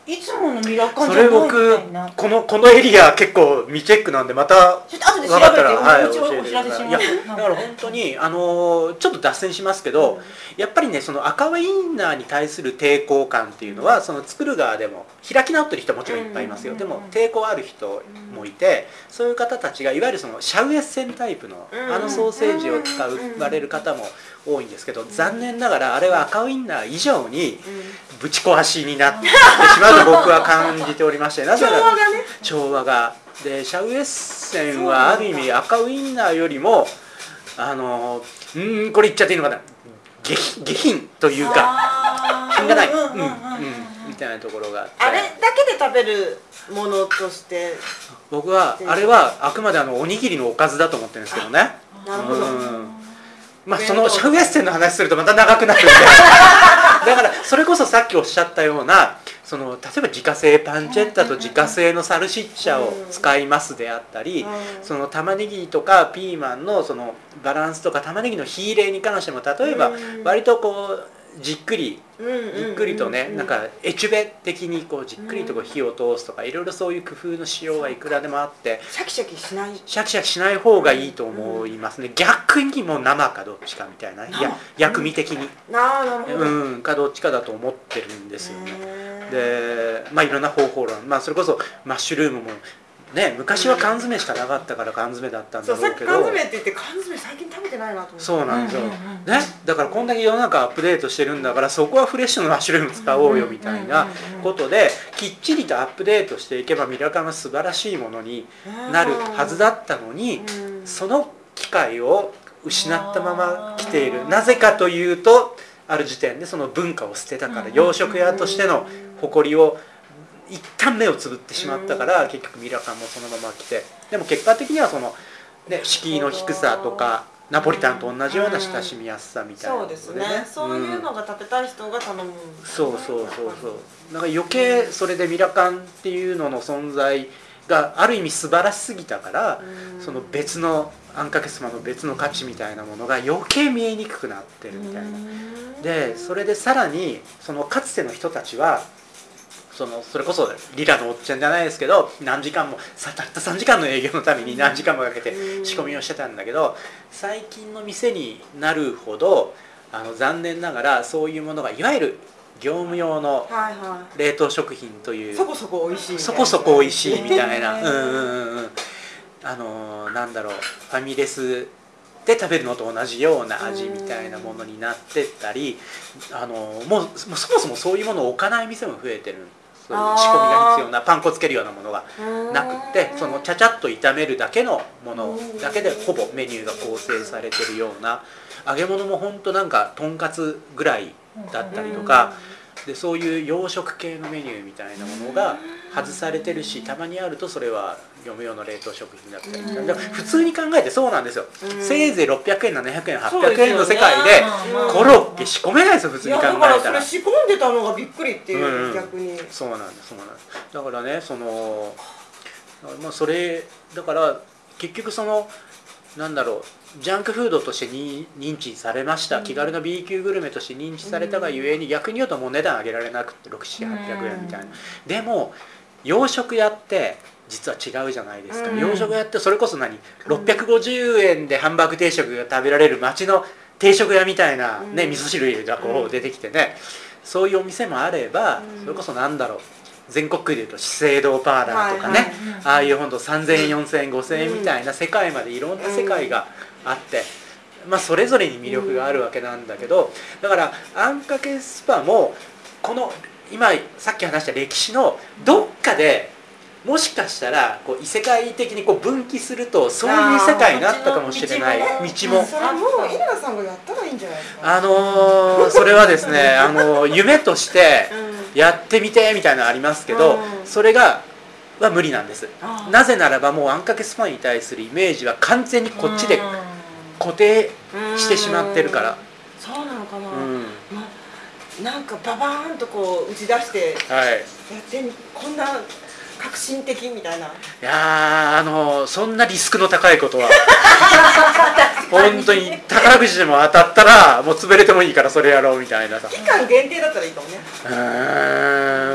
いつものミラカンそじゃないみれ僕たいな。 このこのエリア結構未チェックなんでまたちょっと後で調分かったら、 べてはい、 お教えてください。いやだから本当にあのちょっと脱線しますけど、うん、やっぱりねその赤ワインナーに対する抵抗感っていうのはその作る側でも開き直ってる人はもちろんいっぱいいますよ。でも抵抗ある人もいて、そういう方たちがいわゆるそのシャウエッセンタイプのあのソーセージを使われる方も多いんですけど、残念ながらあれは赤ウインナー以上にぶち壊しになってしまうと僕は感じておりまして、なぜなら調和がでシャウエッセンはある意味赤ウインナーよりもあのうんこれ言っちゃっていいのかな、下品下品というか品がない、うんうんみたいなところがあって、 あれだけで食べるものとして僕はあれはあくまであのおにぎりのおかずだと思ってるんですけどね。 なるほど。 まあそのシャウエッセンの話するとまた長くなるんでだからそれこそさっきおっしゃったようなその例えば自家製パンチェッタと自家製のサルシッチャを使いますであったり、その玉ねぎとかピーマンのそのバランスとか玉ねぎの火入れに関しても例えば割とこうじっくりじっくりとねなんかエチュベ的にこうじっくりとこう火を通すとかいろいろそういう工夫のしようがいくらでもあって、 シャキシャキしないシャキシャキしない方がいいと思いますね。逆にもう生かどっちかみたいな、いや薬味的にうんかどっちかだと思ってるんですよね。でまあいろんな方法論、まあそれこそマッシュルームもね、昔は缶詰しかなかったから缶詰だったんだろうけど、 そうさっき缶詰って言って缶詰最近食べてないなと思って。 そうなんですよ、ね、だからこんだけ世の中アップデートしてるんだからそこはフレッシュのマッシュルーム使おうよみたいなことできっちりとアップデートしていけばミラカンは素晴らしいものになるはずだったのに、その機会を失ったまま来ている。なぜかというとある時点でその文化を捨てたから、洋食屋としての誇りを一旦目をつぶってしまったから結局ミラカンもそのまま来て、でも結果的にはその、ね、敷居の低さとかナポリタンと同じような親しみやすさみたいな、 そうですね、そういうのが食べたい人が頼む、 そうそうそうそうだから余計それでミラカンっていうのの存在がある意味素晴らしすぎたから、その別のあんかけスマの別の価値みたいなものが余計見えにくくなってるみたいな。でそれでさらにそのかつての人たちはそのそれこそリラのおっちゃんじゃないですけど何時間もたったさんじかんの営業のために何時間もかけて仕込みをしてたんだけど、最近の店になるほどあの残念ながらそういうものがいわゆる業務用の冷凍食品という、 そこそこ美味しいそこそこ美味しいみたいな、うんうんうんあのなんだろうファミレスで食べるのと同じような味みたいなものになってったり、あのもう、もうそもそもそういうものを置かない店も増えてる。そういう仕込みが必要なパン粉つけるようなものがなくってそのちゃちゃっと炒めるだけのものだけでほぼメニューが構成されてるような、揚げ物もほんとなんかとんかつぐらいだったりとかで、そういう洋食系のメニューみたいなものが外されてるし、たまにあるとそれは業務用の冷凍食品だったりとか、普通に考えてそうなんですよ。せいぜいろっぴゃくえんななひゃくえんはっぴゃくえんの世界でコロッケ仕込めないですよ普通に考えたら。 いやだからそれ仕込んでたのがびっくりっていう、うん、逆にそうなんですそうなんです。だからねそのまあそれだから結局そのなんだろうジャンクフードとしてに認知されました、うん、気軽な ビー級グルメとして認知されたがゆえに、逆に言うともう値段上げられなくてろくせんはっぴゃくえんみたいな、うん、でも洋食屋って実は違うじゃないですか、うん、洋食屋ってそれこそ何ろっぴゃくごじゅうえんでハンバーグ定食が食べられる街の定食屋みたいな、ね、味噌汁がこう出てきてね、そういうお店もあれば、それこそなんだろう全国区でいうと資生堂パーラーとかね、はいはい、ああいうほんとさんぜんえんよんせんえんごせんえんみたいな世界までいろんな世界があって、まあ、それぞれに魅力があるわけなんだけど、だからあんかけスパもこの今さっき話した歴史のどっかでもしかしたらこう異世界的にこう分岐するとそういう世界になったかもしれない。道もそれもう稲田さんがやったらいいんじゃないですか。 あのー、それはですね、あのー、夢としてやってみてみたいなのありますけど、それがは無理なんです。なぜならばもうあんかけスパに対するイメージは完全にこっちで固定してしまってるから。 そうなのかな、うんまなんかババーンとこう打ち出してやってみ、はい、こんな革新的みたいな。いやあのそんなリスクの高いことは本当に宝くじでも当たったらもう潰れてもいいからそれやろうみたいなさ。 期間限定だったらいいかもね。 うー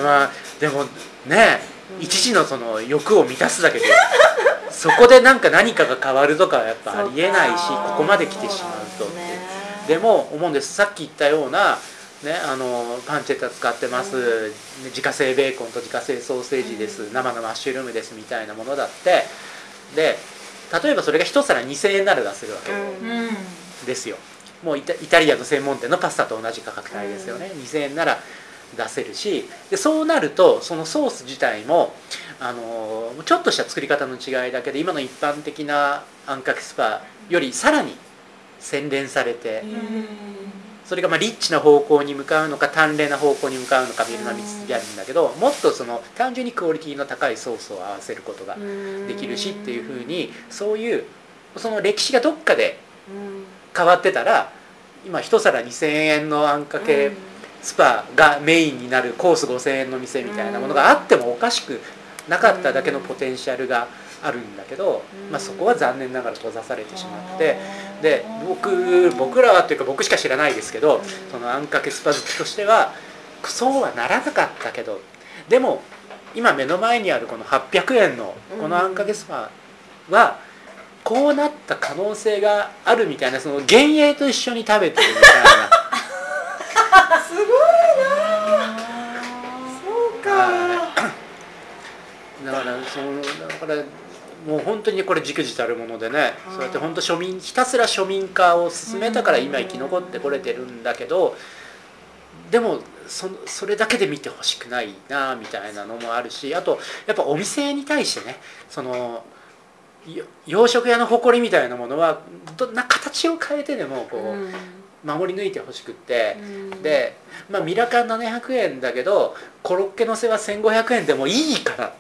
まあでもね、一時のその欲を満たすだけでそこでなんか何かが変わるとかはやっぱありえないし、ここまで来てしまうとって、ね、でも思うんです。さっき言ったようなね、あのパンチェッタ使ってます、うん、自家製ベーコンと自家製ソーセージです、うん、生のマッシュルームですみたいなものだって、で例えばそれが一皿にせんえんなら出せるわけですよ、うん、もうイ タ, イタリアの専門店のパスタと同じ価格帯ですよね、うん、にせんえんなら出せるし、でそうなるとそのソース自体もあのちょっとした作り方の違いだけで今の一般的なあんかけスパよりさらに洗練されて、うんそれがまあリッチな方向に向かうのか淡麗な方向に向かうのか見るのは見つつあるんだけど、もっとその単純にクオリティの高いソースを合わせることができるしっていうふうに、そういうその歴史がどっかで変わってたら今一皿にせんえんのあんかけスパがメインになるコースごせんえんの店みたいなものがあってもおかしくなかっただけのポテンシャルがあるんだけど、まあ、そこは残念ながら閉ざされてしまって、で 僕, 僕らはというか僕しか知らないですけど、そのあんかけスパ好きとしてはそうはならなかったけど、でも今目の前にあるこのはっぴゃくえんのこのあんかけスパはこうなった可能性があるみたいな、その幻影と一緒に食べてるみたいなすごいな。そうか。 だからそのだからもう本当にこれ忸怩たるものでね、そうやって本当庶民ひたすら庶民化を進めたから今生き残ってこれてるんだけど、でも そ, それだけで見てほしくないなみたいなのもあるし、あとやっぱお店に対してね、その洋食屋の誇りみたいなものはどんな形を変えてでもこう守り抜いてほしくって、で、まあ、ミラカンななひゃくえんだけどコロッケのせはせんごひゃくえんでもいいから、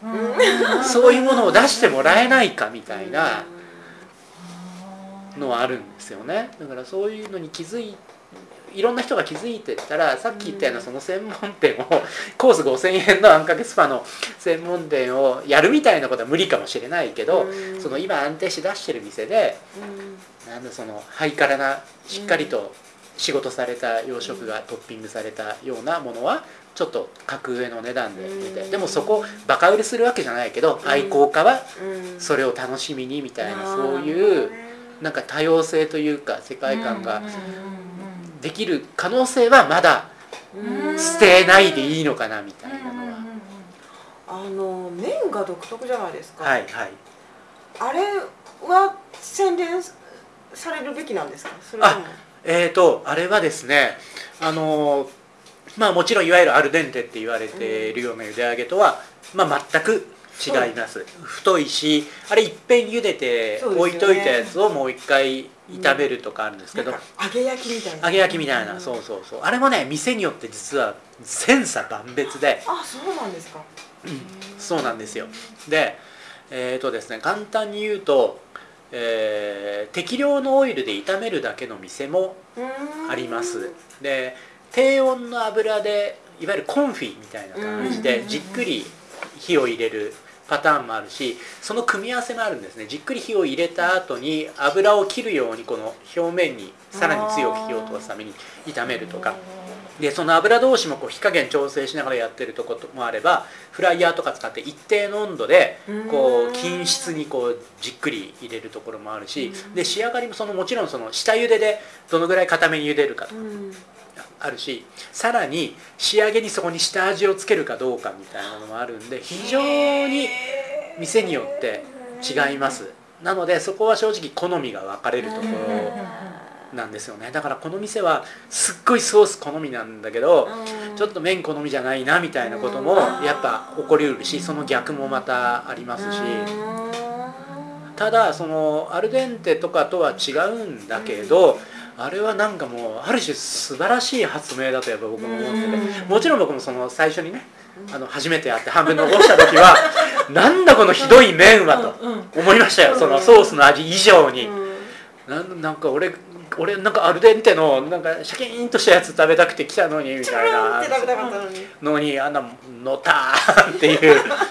そういうものを出してもらえないかみたいなのはあるんですよね。だからそういうのに気づいいろんな人が気づいてったら、さっき言ったようなその専門店をコースごせんえんのあんかけスパの専門店をやるみたいなことは無理かもしれないけど、その今安定して出してる店でなんだそのハイカラなしっかりと仕事された洋食がトッピングされたようなものはちょっと格上の値段で見て、でもそこバカ売れするわけじゃないけど愛好家はそれを楽しみにみたいな、そういうなんか多様性というか世界観ができる可能性はまだ捨てないでいいのかなみたいなのは。 あの麺が独特じゃないですか。 はいはい。 あれは洗練されるべきなんですか。それともあえーとあれはですね、あのまあもちろんいわゆるアルデンテって言われているような茹で揚げとは、まあ、全く違います。太いし、あれいっぺん茹でて置いといたやつをもう一回炒めるとかあるんですけど、うん、 揚げ焼きみたいな揚げ焼きみたいな、うん、そうそうそう、あれもね店によって実は千差万別で、 あ、そうなんですか、 うん、そうなんですよ。でえーとですね簡単に言うと、えー、適量のオイルで炒めるだけの店もあります。で低温の油でいわゆるコンフィみたいな感じでじっくり火を入れるパターンもあるし、その組み合わせもあるんですね。じっくり火を入れた後に油を切るようにこの表面にさらに強く火を通すために炒めるとかで、その油同士もこう火加減調整しながらやってるところもあれば、フライヤーとか使って一定の温度でこう均質にこうじっくり入れるところもあるし、で仕上がりもそのもちろんその下茹ででどのぐらい固めに茹でるかとかあるし、さらに仕上げにそこに下味をつけるかどうかみたいなのもあるんで、非常に店によって違います。なのでそこは正直好みが分かれるところなんですよね。だからこの店はすっごいソース好みなんだけどちょっと麺好みじゃないなみたいなこともやっぱ起こりうるし、その逆もまたありますし、ただそのアルデンテとかとは違うんだけど、あれはなんかもうある種素晴らしい発明だとやっぱ僕も思ってて、もちろん僕もその最初にねあの初めて会って半分残した時はなんだこのひどい麺はと思いましたよ。そのソースの味以上にな, なんか俺俺なんかアルデンテのなんかシャキーンとしたやつ食べたくて来たのにみたいなのにあんなのたーっていう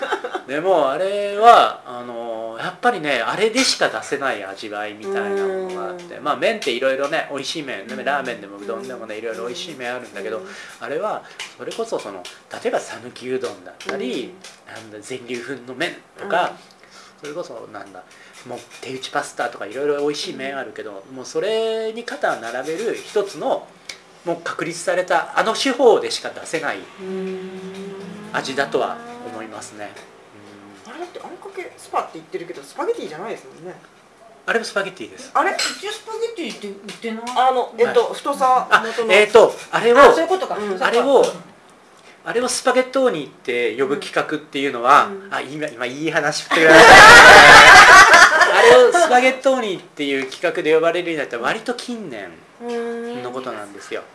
でもあれはあのやっぱりねあれでしか出せない味わいみたいなものがあって、まあ麺っていろいろね美味しい麺、ラーメンでもうどんでもねいろいろ美味しい麺あるんだけど、あれはそれこそその例えば讃岐うどんだったり、なんだ全粒粉の麺とか、それこそなんだもう手打ちパスタとかいろいろ美味しい麺あるけど、もうそれに肩を並べる一つのもう確立されたあの手法でしか出せない味だとは思いますね。 あれだってあんかけスパって言ってるけどスパゲティじゃないですもんね。 あれもスパゲティです。 あれ一応スパゲティって売ってない？ あのえっと、はい、太さ元のえっとあれをあそういうことか、 うん、あれをあれをスパゲットーニって呼ぶ企画っていうのは、うん、あ今今いい話振ってくださいあれをスパゲットーニっていう企画で呼ばれるようになったら割と近年のことなんですよ。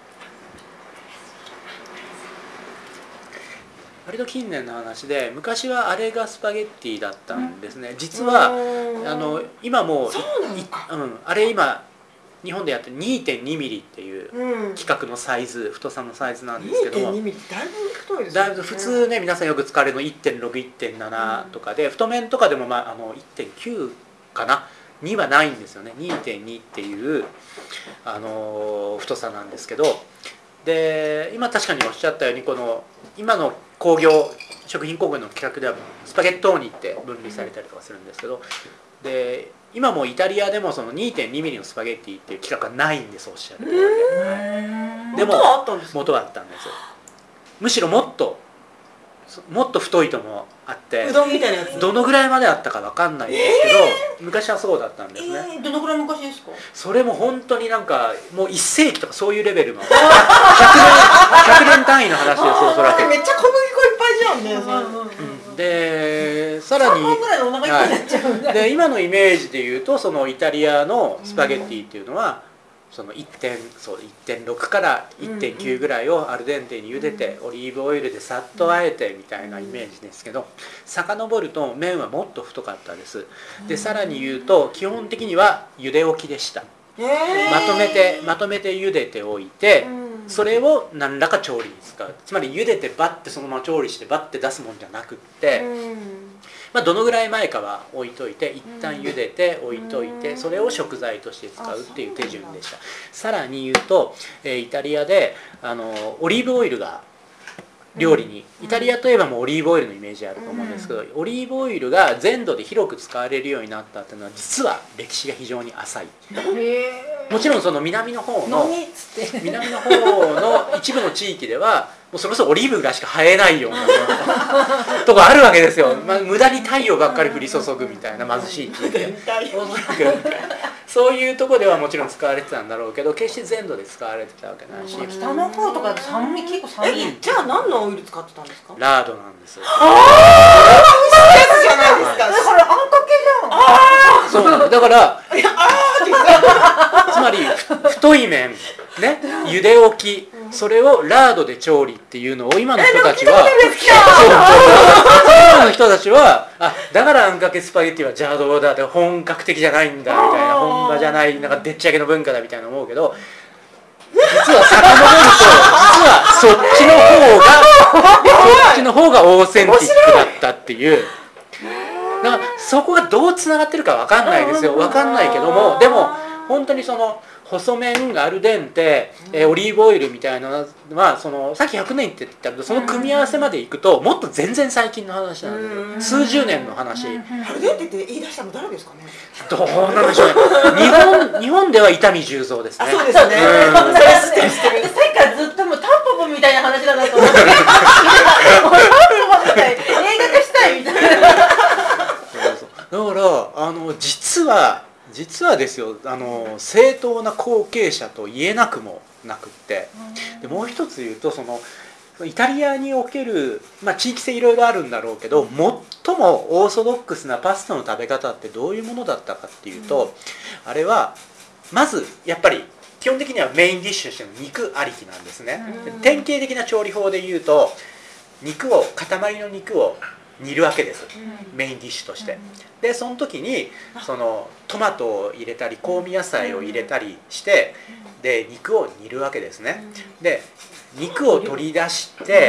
割と近年の話で、昔はあれがスパゲッティだったんですね。実はあの今もう、うん、あれ今日本でやってる にてんにミリっていう規格のサイズ、太さのサイズなんですけども、 にてんにミリだいぶ太いですね。だいぶ普通ね、皆さんよく使われるの いってんろく、いってんなな とかで、太麺とかでも、まあ、あの いってんきゅう かな、にはないんですよね。 にてんに っていうあの太さなんですけど、で今確かにおっしゃったようにこの今の工業食品工業の規格ではスパゲットーニって分類されたりとかするんですけど、で今もイタリアでもその にてんにミリのスパゲッティっていう規格はないんです。おっしゃる通りで、はい、でも元はあったんですか？元はあったんです。むしろもっともっと太いともあって、 うどんみたいなやつ、 どのぐらいまであったか分かんないんですけど、えー、昔はそうだったんですね。 えー、どのぐらい昔ですか？ それも本当になんかもういっせいきとかそういうレベルのひゃくねん、ひゃくねん単位の話ですよ。そらくめっちゃ小麦粉いっぱいじゃんね。 うん、でさらにはい、で今のイメージでいうとそのイタリアのスパゲッティっていうのは、その いってんろく から いってんきゅう ぐらいをアルデンテに茹でてオリーブオイルでさっとあえてみたいなイメージですけど、遡ると麺はもっと太かったです。でさらに言うと基本的には茹で置きでした。まとめてまとめて茹でておいて、それを何らか調理に使う。つまり茹でてバッてそのまま調理してバッて出すもんじゃなくって、まあ、どのぐらい前かは置いといて一旦茹でて置いといて、それを食材として使うっていう手順でした。さらに言うと、えー、イタリアであのオリーブオイルが料理に、イタリアといえばもうオリーブオイルのイメージあると思うんですけど、オリーブオイルが全土で広く使われるようになったっていうのは実は歴史が非常に浅い。もちろんその南の方の南の方の一部の地域ではもうそれこそオリーブぐらいしか生えないようなとこあるわけですよ。まあ、無駄に太陽ばっかり降り注ぐみたいな貧しい地域でそういうとこではもちろん使われてたんだろうけど、決して全土で使われてたわけないし、 北の方とか寒い、結構寒い。 じゃあ何のオイル使ってたんですか？ ラードなんですよ。 ああ、美味しいやつじゃないですか。 だからあんかけじゃん。 ああ、 そうなんだから、 いやあつまり太い麺ね、茹で置き、それをラードで調理っていうのを今の人たちは、今の人たちは、あ、だからあんかけスパゲッティは邪道だって本格的じゃないんだみたいな、本場じゃないなんかでっち上げの文化だみたいな思うけど、実は遡ると実はそっちの方がそっちの方がオーセンティックだったっていう。だからそこがどうつながってるか分かんないですよ。分かんないけども、でも本当にその細麺がアルデンテ、えー、オリーブオイルみたいなのはそのさっきひゃくねんって言ったけど、その組み合わせまでいくともっと全然最近の話なんですよ。数十年の話。 アルデンテって言い出したの誰ですかね。 どうなんでしょうね。日本日本では伊丹十三ですね。 あ、そうですね。それ知ってる知ってる。 さっきからずっともうタンポポみたいな話だなと思って。タンポポみたい、映画化したいみたいな。 だからあの実は実はですよ、あの正当な後継者と言えなくもなくって、でもう一つ言うと、そのイタリアにおける、まあ、地域性いろいろあるんだろうけど、最もオーソドックスなパスタの食べ方ってどういうものだったかっていうと、あれはまずやっぱり基本的にはメインディッシュとしての肉ありきなんですね。典型的な調理法で言うと、肉を塊の肉を煮るわけです、メインディッシュとして。でその時にそのトマトを入れたり香味野菜を入れたりしてで肉を煮るわけですね。で肉を取り出して、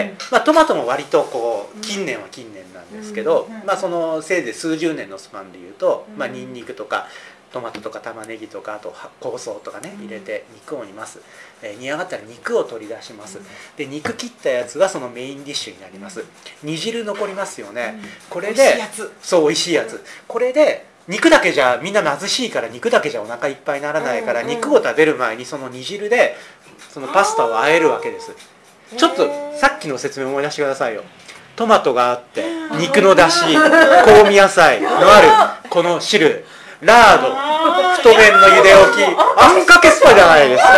まあ、トマトも割とこう近年は近年なんですけど、まあ、そのせいぜい数十年のスパンでいうと、まあ、ニンニクとかトマトとか玉ねぎとかあと香草とかね入れて肉を煮ます、えー、煮上がったら肉を取り出します。で肉切ったやつはそのメインディッシュになります。煮汁残りますよね。これでそう美味しいやつ。これで肉だけじゃみんな貧しいから肉だけじゃお腹いっぱいにならないから肉を食べる前にその煮汁でそのパスタを和えるわけです。ちょっとさっきの説明を思い出してくださいよ。トマトがあって肉のだし香味野菜のあるこの汁ラード太麺の茹で置きあんかけスパじゃないですか。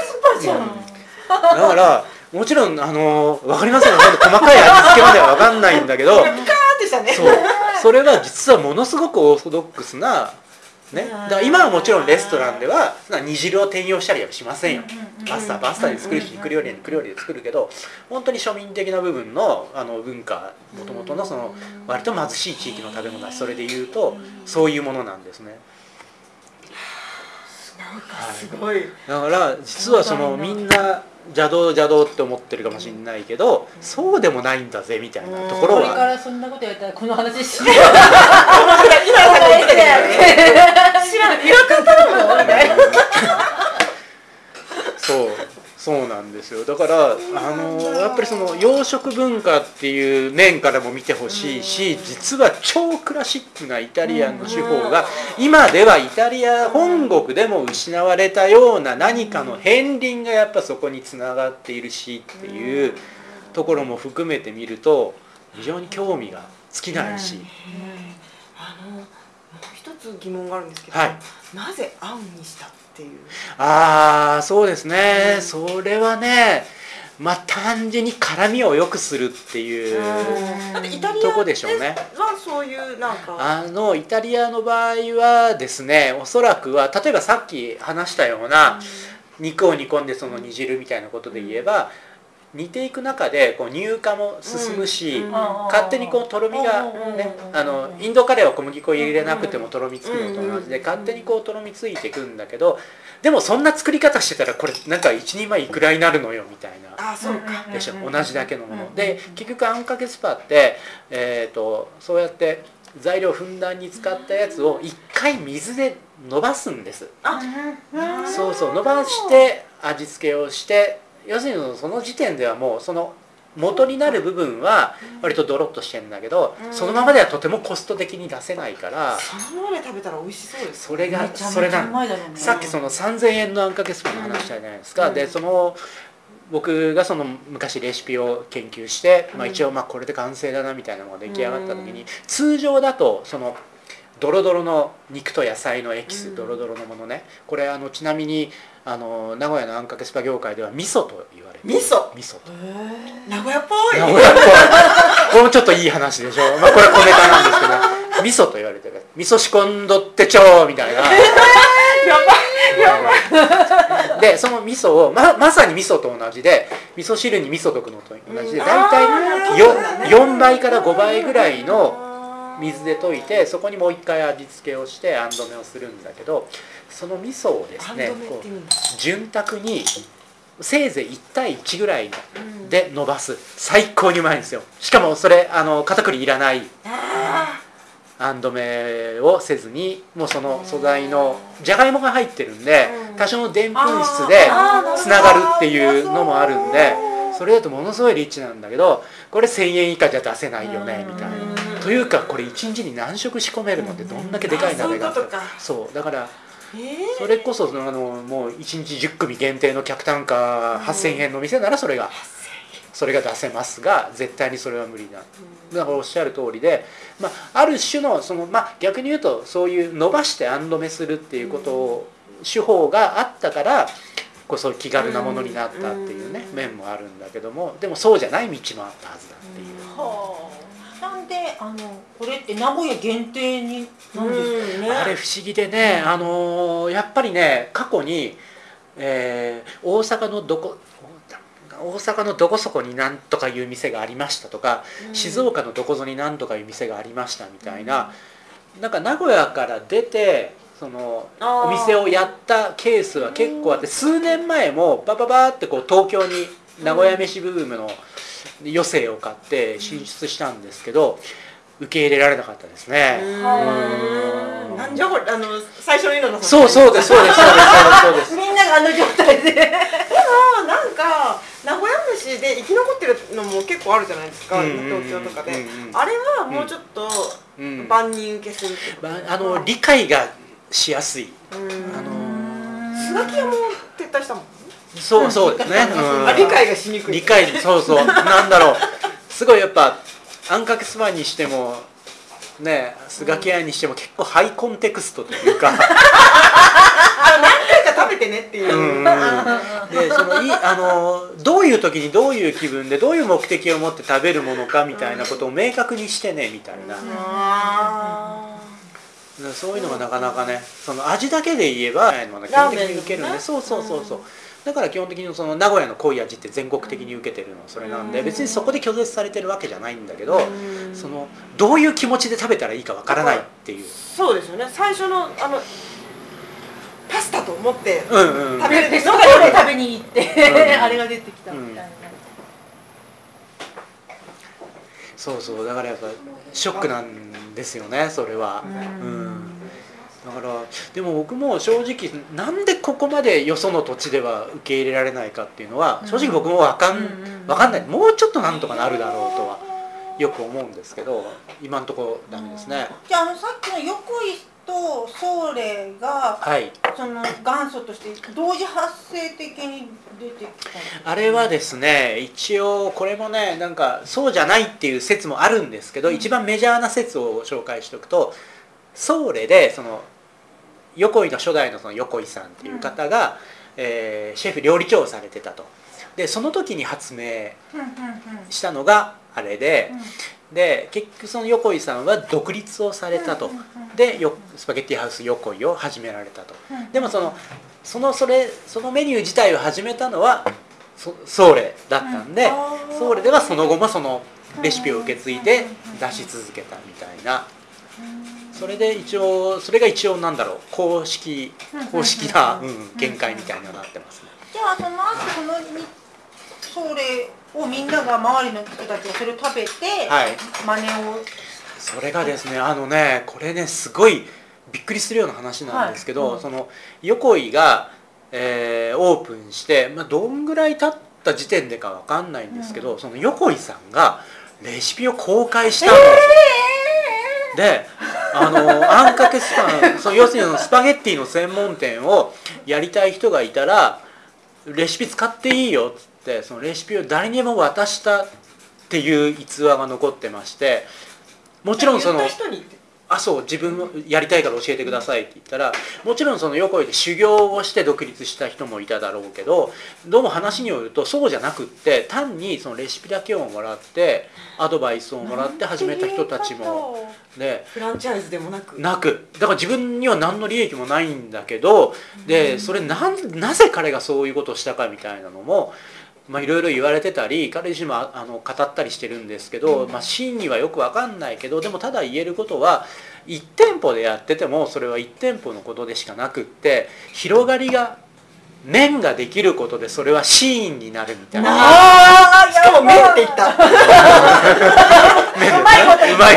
だからもちろんあの分かりませんよ。細かい味付けまでは分かんないんだけどそうそれは実はものすごくオーソドックスなね、だから今はもちろんレストランでは煮汁を転用したりはしませんよ。パスタパスタで作るし肉料理は肉料理で作るけど本当に庶民的な部分のあの文化もともとのその割と貧しい地域の食べ物だしそれでいうとそういうものなんですね。 なんかすごい、 だから実はそのみんな邪道邪道って思ってるかもしれないけどそうでもないんだぜみたいなところは。 これからそんなこと言われたらこの話しよう。知らない。 そうそうなんですよ。だからあのやっぱりその洋食文化っていう面からも見てほしいし実は超クラシックなイタリアンの手法が今ではイタリア本国でも失われたような何かの片鱗がやっぱそこにつながっているしっていうところも含めて見ると非常に興味が尽きないし。 あのもう一つ疑問があるんですけど、 はい、 なぜあんにしたっていう。 ああそうですね、うん、それはねまあ単純に辛みを良くするっていうとこでしょうね。 はそういうなんかあのイタリアの場合はですねおそらくは例えばさっき話したような肉を煮込んでその煮汁みたいなことで言えば煮ていく中でこう乳化も進むし、うん、勝手にこうとろみがねあのインドカレーは小麦粉入れなくてもとろみつくのと同じで勝手にこうとろみついていくんだけどでもそんな作り方してたらこれなんか一人前いくらになるのよみたいなあそうかでしょ同じだけのもので結局あんかけスパって、えー、とそうやって材料ふんだんに使ったやつを一回水で伸ばすんです。 あそうそう伸ばして味付けをして要するにその時点ではもうその元になる部分は割とドロッとしてるんだけど、うん、そのままではとてもコスト的に出せないからそのままで食べたら美味しそうです。 それがそれなんさっきそのさんぜんえんのあんかけスパの話したじゃないですか、うん、でその僕がその昔レシピを研究して、まあ、一応まあこれで完成だなみたいなのが出来上がった時に、うん、通常だとそのドロドロの肉と野菜のエキス、うん、ドロドロのものねこれあのちなみにあの名古屋のあんかけスパ業界では味噌と言われる。 味噌味噌と名古屋っぽい名古屋っぽいこれもちょっといい話でしょ、まあ、これ小ネタなんですけど味噌と言われてる味噌仕込んどってちょみたいな、えー、やばいやばいでその味噌を ま, まさに味噌と同じで味噌汁に味噌溶くのと同じで大体 よ, よんばいからごばいぐらいの水で溶いてそこにもう一回味付けをしてあんどめをするんだけどその味噌をですねこう潤沢にせいぜいいちたいいちぐらいで伸ばす最高にうまいんですよ。しかもそれあの片栗いらないあんどめをせずにもうその素材のじゃがいもが入ってるんで多少のでんぷん質でつながるっていうのもあるんでそれだとものすごいリッチなんだけどこれせんえん以下じゃ出せないよねみたいな。というかこれいちにちに何食仕込めるのでどんだけでかい鍋があったそうだからそれこそあのもういちにちじゅっくみ限定の客単価はっせんえんの店ならそれがそれが出せますが絶対にそれは無理だだからおっしゃる通りで、まあ、ある種のその、まあ、逆に言うとそういう伸ばしてあんどめするっていうことを手法があったからこそ気軽なものになったっていうね面もあるんだけどもでもそうじゃない道もあったはずだっていう。 なんであのこれって名古屋限定になんですかね。 あれ不思議でね、あのー、やっぱりね過去に、えー、大阪のどこ大阪のどこそこに何とかいう店がありましたとか、うん、静岡のどこぞに何とかいう店がありましたみたいな、うん、なんか名古屋から出てそのお店をやったケースは結構あって、数年前もバババーってこう東京に名古屋飯ブームの余生を買って進出したんですけど、受け入れられなかったですね。 うん、なんじゃこれ、あの最初の色のそうそうですそうですそうですみんながあの状態で。でもなんか名古屋飯で生き残ってるのも結構あるじゃないですか、東京とかで。あれはもうちょっと万人受けするってことですか？ あの理解がしやすい。 あのスガキ屋も撤退したもん。 そうそうですね。 あ、理解がしにくい。 理解、そうそう、なんだろう、すごいやっぱあんかけスパにしてもね、スガキ屋にしても結構ハイコンテクストというか、何回か食べてねっていう。うんうん、 で、そのいあのどういう時にどういう気分でどういう目的を持って食べるものかみたいなことを明確にしてねみたいな。そういうのがなかなかね、その味だけで言えば基本的に受けるんで、そうそうそうそう。だから基本的にその名古屋の濃い味って全国的に受けてるのはそれなんで、別にそこで拒絶されてるわけじゃないんだけど、そのどういう気持ちで食べたらいいかわからないっていう。 そうですよね。最初のあのパスタと思って食べるでそこで食べに行ってあれが出てきたみたいな。 そうそう、だからやっぱショックなんですよね、それは。うんだからでも僕も正直なんでここまでよその土地では受け入れられないかっていうのは正直僕も分かん、分かんない、もうちょっとなんとかなるだろうとはよく思うんですけど、今のところダメですね。 じゃあ、あのさっきの横井とソーレが、はい、その元祖として同時発生的に出てきた。 あれはですね、一応これもねなんかそうじゃないっていう説もあるんですけど、うん、一番メジャーな説を紹介しておくと、ソーレでその横井の初代のその横井さんっていう方が、うんえー、シェフ料理長をされてたと。でその時に発明したのがあれで、うん、で結局その横井さんは独立をされたと。でよスパゲッティハウス横井を始められたと。でもそのそのそれそのメニュー自体を始めたのはソーレだったんで、うん、ソーレではその後もそのレシピを受け継いで出し続けたみたいな。それで一応それが一応なんだろう公式公式な、うん、見解みたいにはなってますね。 じゃあその後そのそれをみんなが周りの人たちがそれを食べて、はい、真似をそれがですねあのねこれねすごいびっくりするような話なんですけど、はいうん、その横井が、えー、オープンして、まあ、どんぐらい経った時点でかわかんないんですけど、うん、その横井さんがレシピを公開したんですよ。えー、であのあんかけスパンその要するにスパゲッティの専門店をやりたい人がいたらレシピ使っていいよっつってそのレシピを誰にも渡したっていう逸話が残ってまして、もちろんそのあそう自分やりたいから教えてくださいって言ったらもちろんその横井で修行をして独立した人もいただろうけど、どうも話によるとそうじゃなくって単にそのレシピだけをもらってアドバイスをもらって始めた人たちもでフランチャイズでもなくなくだから自分には何の利益もないんだけど、でそれなんなぜ彼がそういうことをしたかみたいなのもまあいろいろ言われてたり彼自身もあの語ったりしてるんですけど、まあ、真にはよく分かんないけどでもただ言えることはいち店舗でやっててもそれはいち店舗のことでしかなくって広がりが麺ができることでそれはシーンになるみたいな。 あしかも麺って言った麺で、ね、うまいこと言ったうまい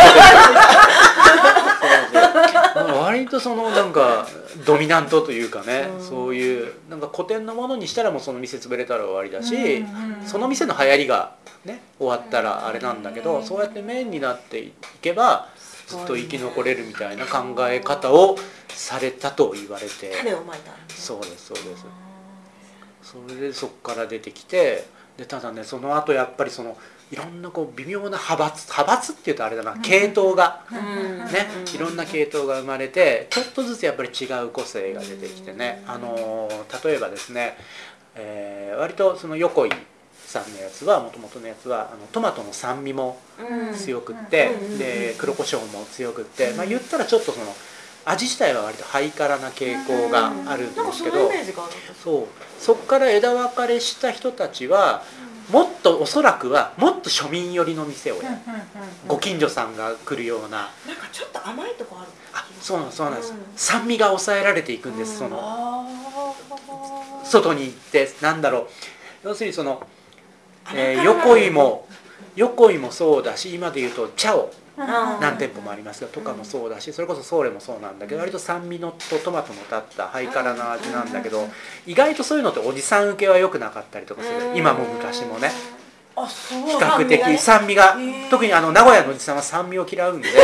こと割とそのなんかドミナントというかね、うん、そういうなんか古典のものにしたらもうその店潰れたら終わりだし、うんうん、その店の流行りがね終わったらあれなんだけど、うん、そうやって麺になっていけばずっと生き残れるみたいな考え方をされたと言われて、 種をまいた、 そうですそうです。それでそこから出てきて、でただねその後やっぱりそのいろんなこう微妙な派閥派閥っていうとあれだな系統が、ね、いろんな系統が生まれてちょっとずつやっぱり違う個性が出てきてね、あの例えばですね、えー、割とその横井さんのやつはもともとのやつはあのトマトの酸味も強くって、で黒胡椒も強くって、まあ、言ったらちょっとその味自体は割とハイカラな傾向があるんですけど、そうそこから枝分かれした人たちはもっとおそらくはもっと庶民寄りの店をやる、ご近所さんが来るような、 なんかちょっと甘いとこある。 あ、そうなんそうなんです、 うん、 酸味が抑えられていくんです、 うん、 その外に行ってなんだろう、要するにその、えー、横井も横井もそうだし、今でいうと茶を何店舗もありますがとかもそうだし、それこそソーレもそうなんだけど、割と酸味のとトマトの立ったハイカラな味なんだけど、意外とそういうのっておじさん受けは良くなかったりとかする、今も昔もね。 あ、そう比較的酸味が、特にあの名古屋のおじさんは酸味を嫌うんで、はい、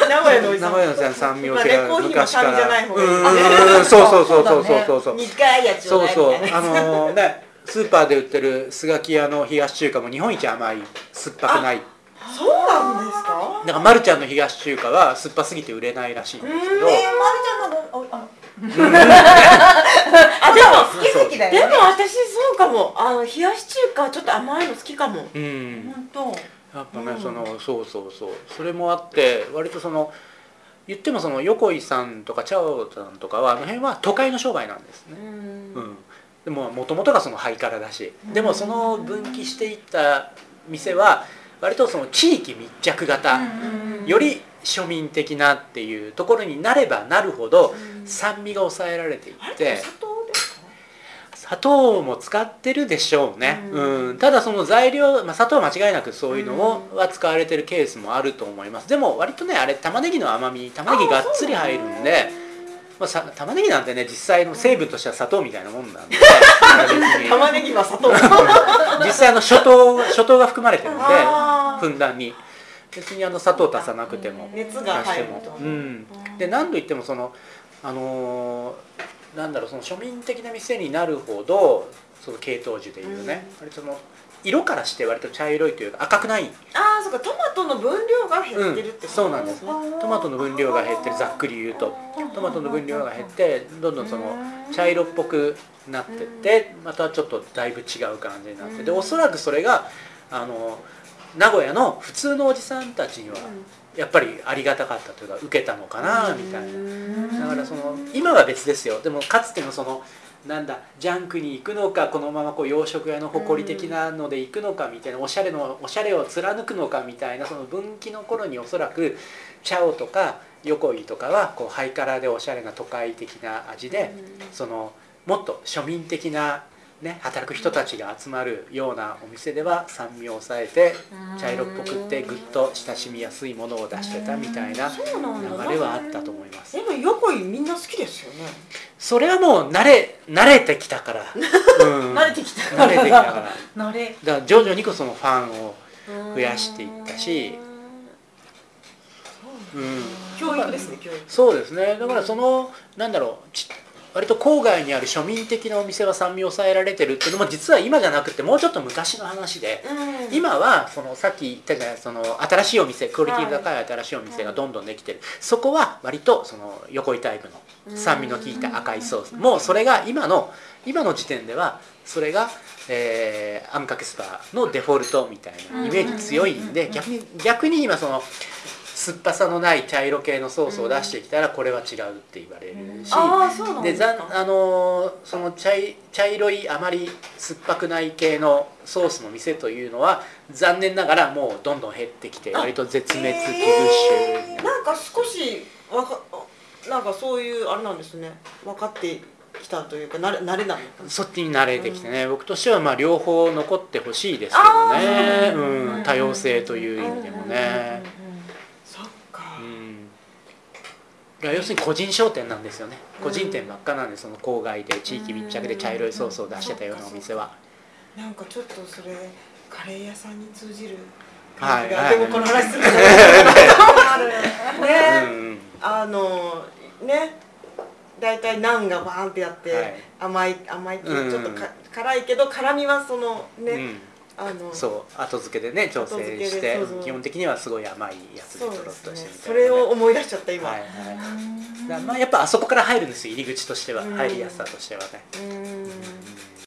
名古屋のおじさん、 名古屋のおじさん酸味を嫌う、昔から、 うん、 そうそうそうそうそうそうそう、 苦いやつそうそう、あのね、スーパーで売ってるスガキ屋の冷やし中華も日本一甘い、酸っぱくない。 そうなんですか。 だからまるちゃんの冷やし中華は酸っぱすぎて売れないらしいんですけど、えー、 まるちゃんのああ、でも好き好きだよね。でも私そうかも。あの冷やし中華ちょっと甘いの好きかも。 うん。 本当。やっぱね、うん、そのそうそうそう、それもあって割とその言ってもその横井さんとかチャオさんとかはあの辺は都会の商売なんですね。うん。うん、でも元々がそのハイカラだし、でもその分岐していった店は割とその地域密着型、より庶民的なっていうところになればなるほど酸味が抑えられていって、砂糖も使ってるでしょうね、うん、ただその材料、まあ、砂糖は間違いなくそういうのをは使われてるケースもあると思います。でも割とね、あれ玉ねぎの甘み、玉ねぎがっつり入るんで、まあ、さ玉ねぎなんてね、実際の成分としては砂糖みたいなもんなんで、 玉ねぎは砂糖実際の諸糖諸糖が含まれてるんで、ふんだんに別にあの砂糖足さなくても熱が入ると、 うん、で何といってもそのあのー、なんだろう、その庶民的な店になるほどその系統樹でいうね、割とその色からして割と茶色いというか赤くない。 ああ、そうか、トマトの分量が減ってるってこと、 うん、そうなんですね。トマトの分量が減ってる、ざっくり言うとトマトの分量が減ってどんどんその茶色っぽくなってって、またちょっとだいぶ違う感じになって、でおそらくそれがあの名古屋の普通のおじさんたちにはやっぱりありがたかったというか受けたのかなみたいな。だからその今は別ですよ。でもかつてのそのなんだジャンクに行くのか、このままこう洋食屋の誇り的なので行くのかみたいな、おしゃれのおしゃれを貫くのかみたいな、その分岐の頃におそらくチャオとか横井とかはこうハイカラでおしゃれな都会的な味で、そのもっと庶民的なね、働く人たちが集まるようなお店では酸味を抑えて茶色っぽくってぐっと親しみやすいものを出してたみたいな流れはあったと思います。 でも横井みんな好きですよね。 それはもう慣れ慣れてきたから、 うん、慣れてきたから慣れてきたから慣れだから徐々にこそのファンを増やしていったし、 うん、教育ですね、教育。 そうですね。だからそのなんだろう、ち割と郊外にある庶民的なお店は酸味を抑えられてるっていうのも実は今じゃなくてもうちょっと昔の話で、うん、今はそのさっき言ったじゃない、その新しいお店、クオリティの高い新しいお店がどんどんできてる、そこは割とその横井タイプの酸味の効いた赤いソース、もうそれが今の今の時点ではそれが、えー、あんかけスパのデフォルトみたいなイメージ強いんで、逆に逆に今その酸っぱさのない茶色系のソースを出してきたらこれは違うって言われるし、でざあのその 茶, 茶色いあまり酸っぱくない系のソースの店というのは残念ながらもうどんどん減ってきて割と絶滅危惧種、 えー、なんか少しわかなんかそういうあれなんですね、分かってきたというか慣れ慣れなのそっちに慣れてきてね、うん、僕としてはまあ両方残ってほしいですけどね、うん、多様性という意味でもね。要するに個人商店なんですよね。個人店ばっかなんで、その郊外で地域密着で茶色いソースを出してたようなお店は。 なんかちょっとそれカレー屋さんに通じる感じが、 はいはい、でもこの話するとね、あのね、だいたいナンがバーンってやって、はい、甘い甘いってちょっとか辛いけど辛みはそのね。うん、あのそう後付けでね調整してそうそう基本的にはすごい甘いやつでとろっとしてみたいな、ね、 それを思い出しちゃった今、 はいはい、だまあやっぱあそこから入るんですよ、入り口としては、入りやすさとしてはね。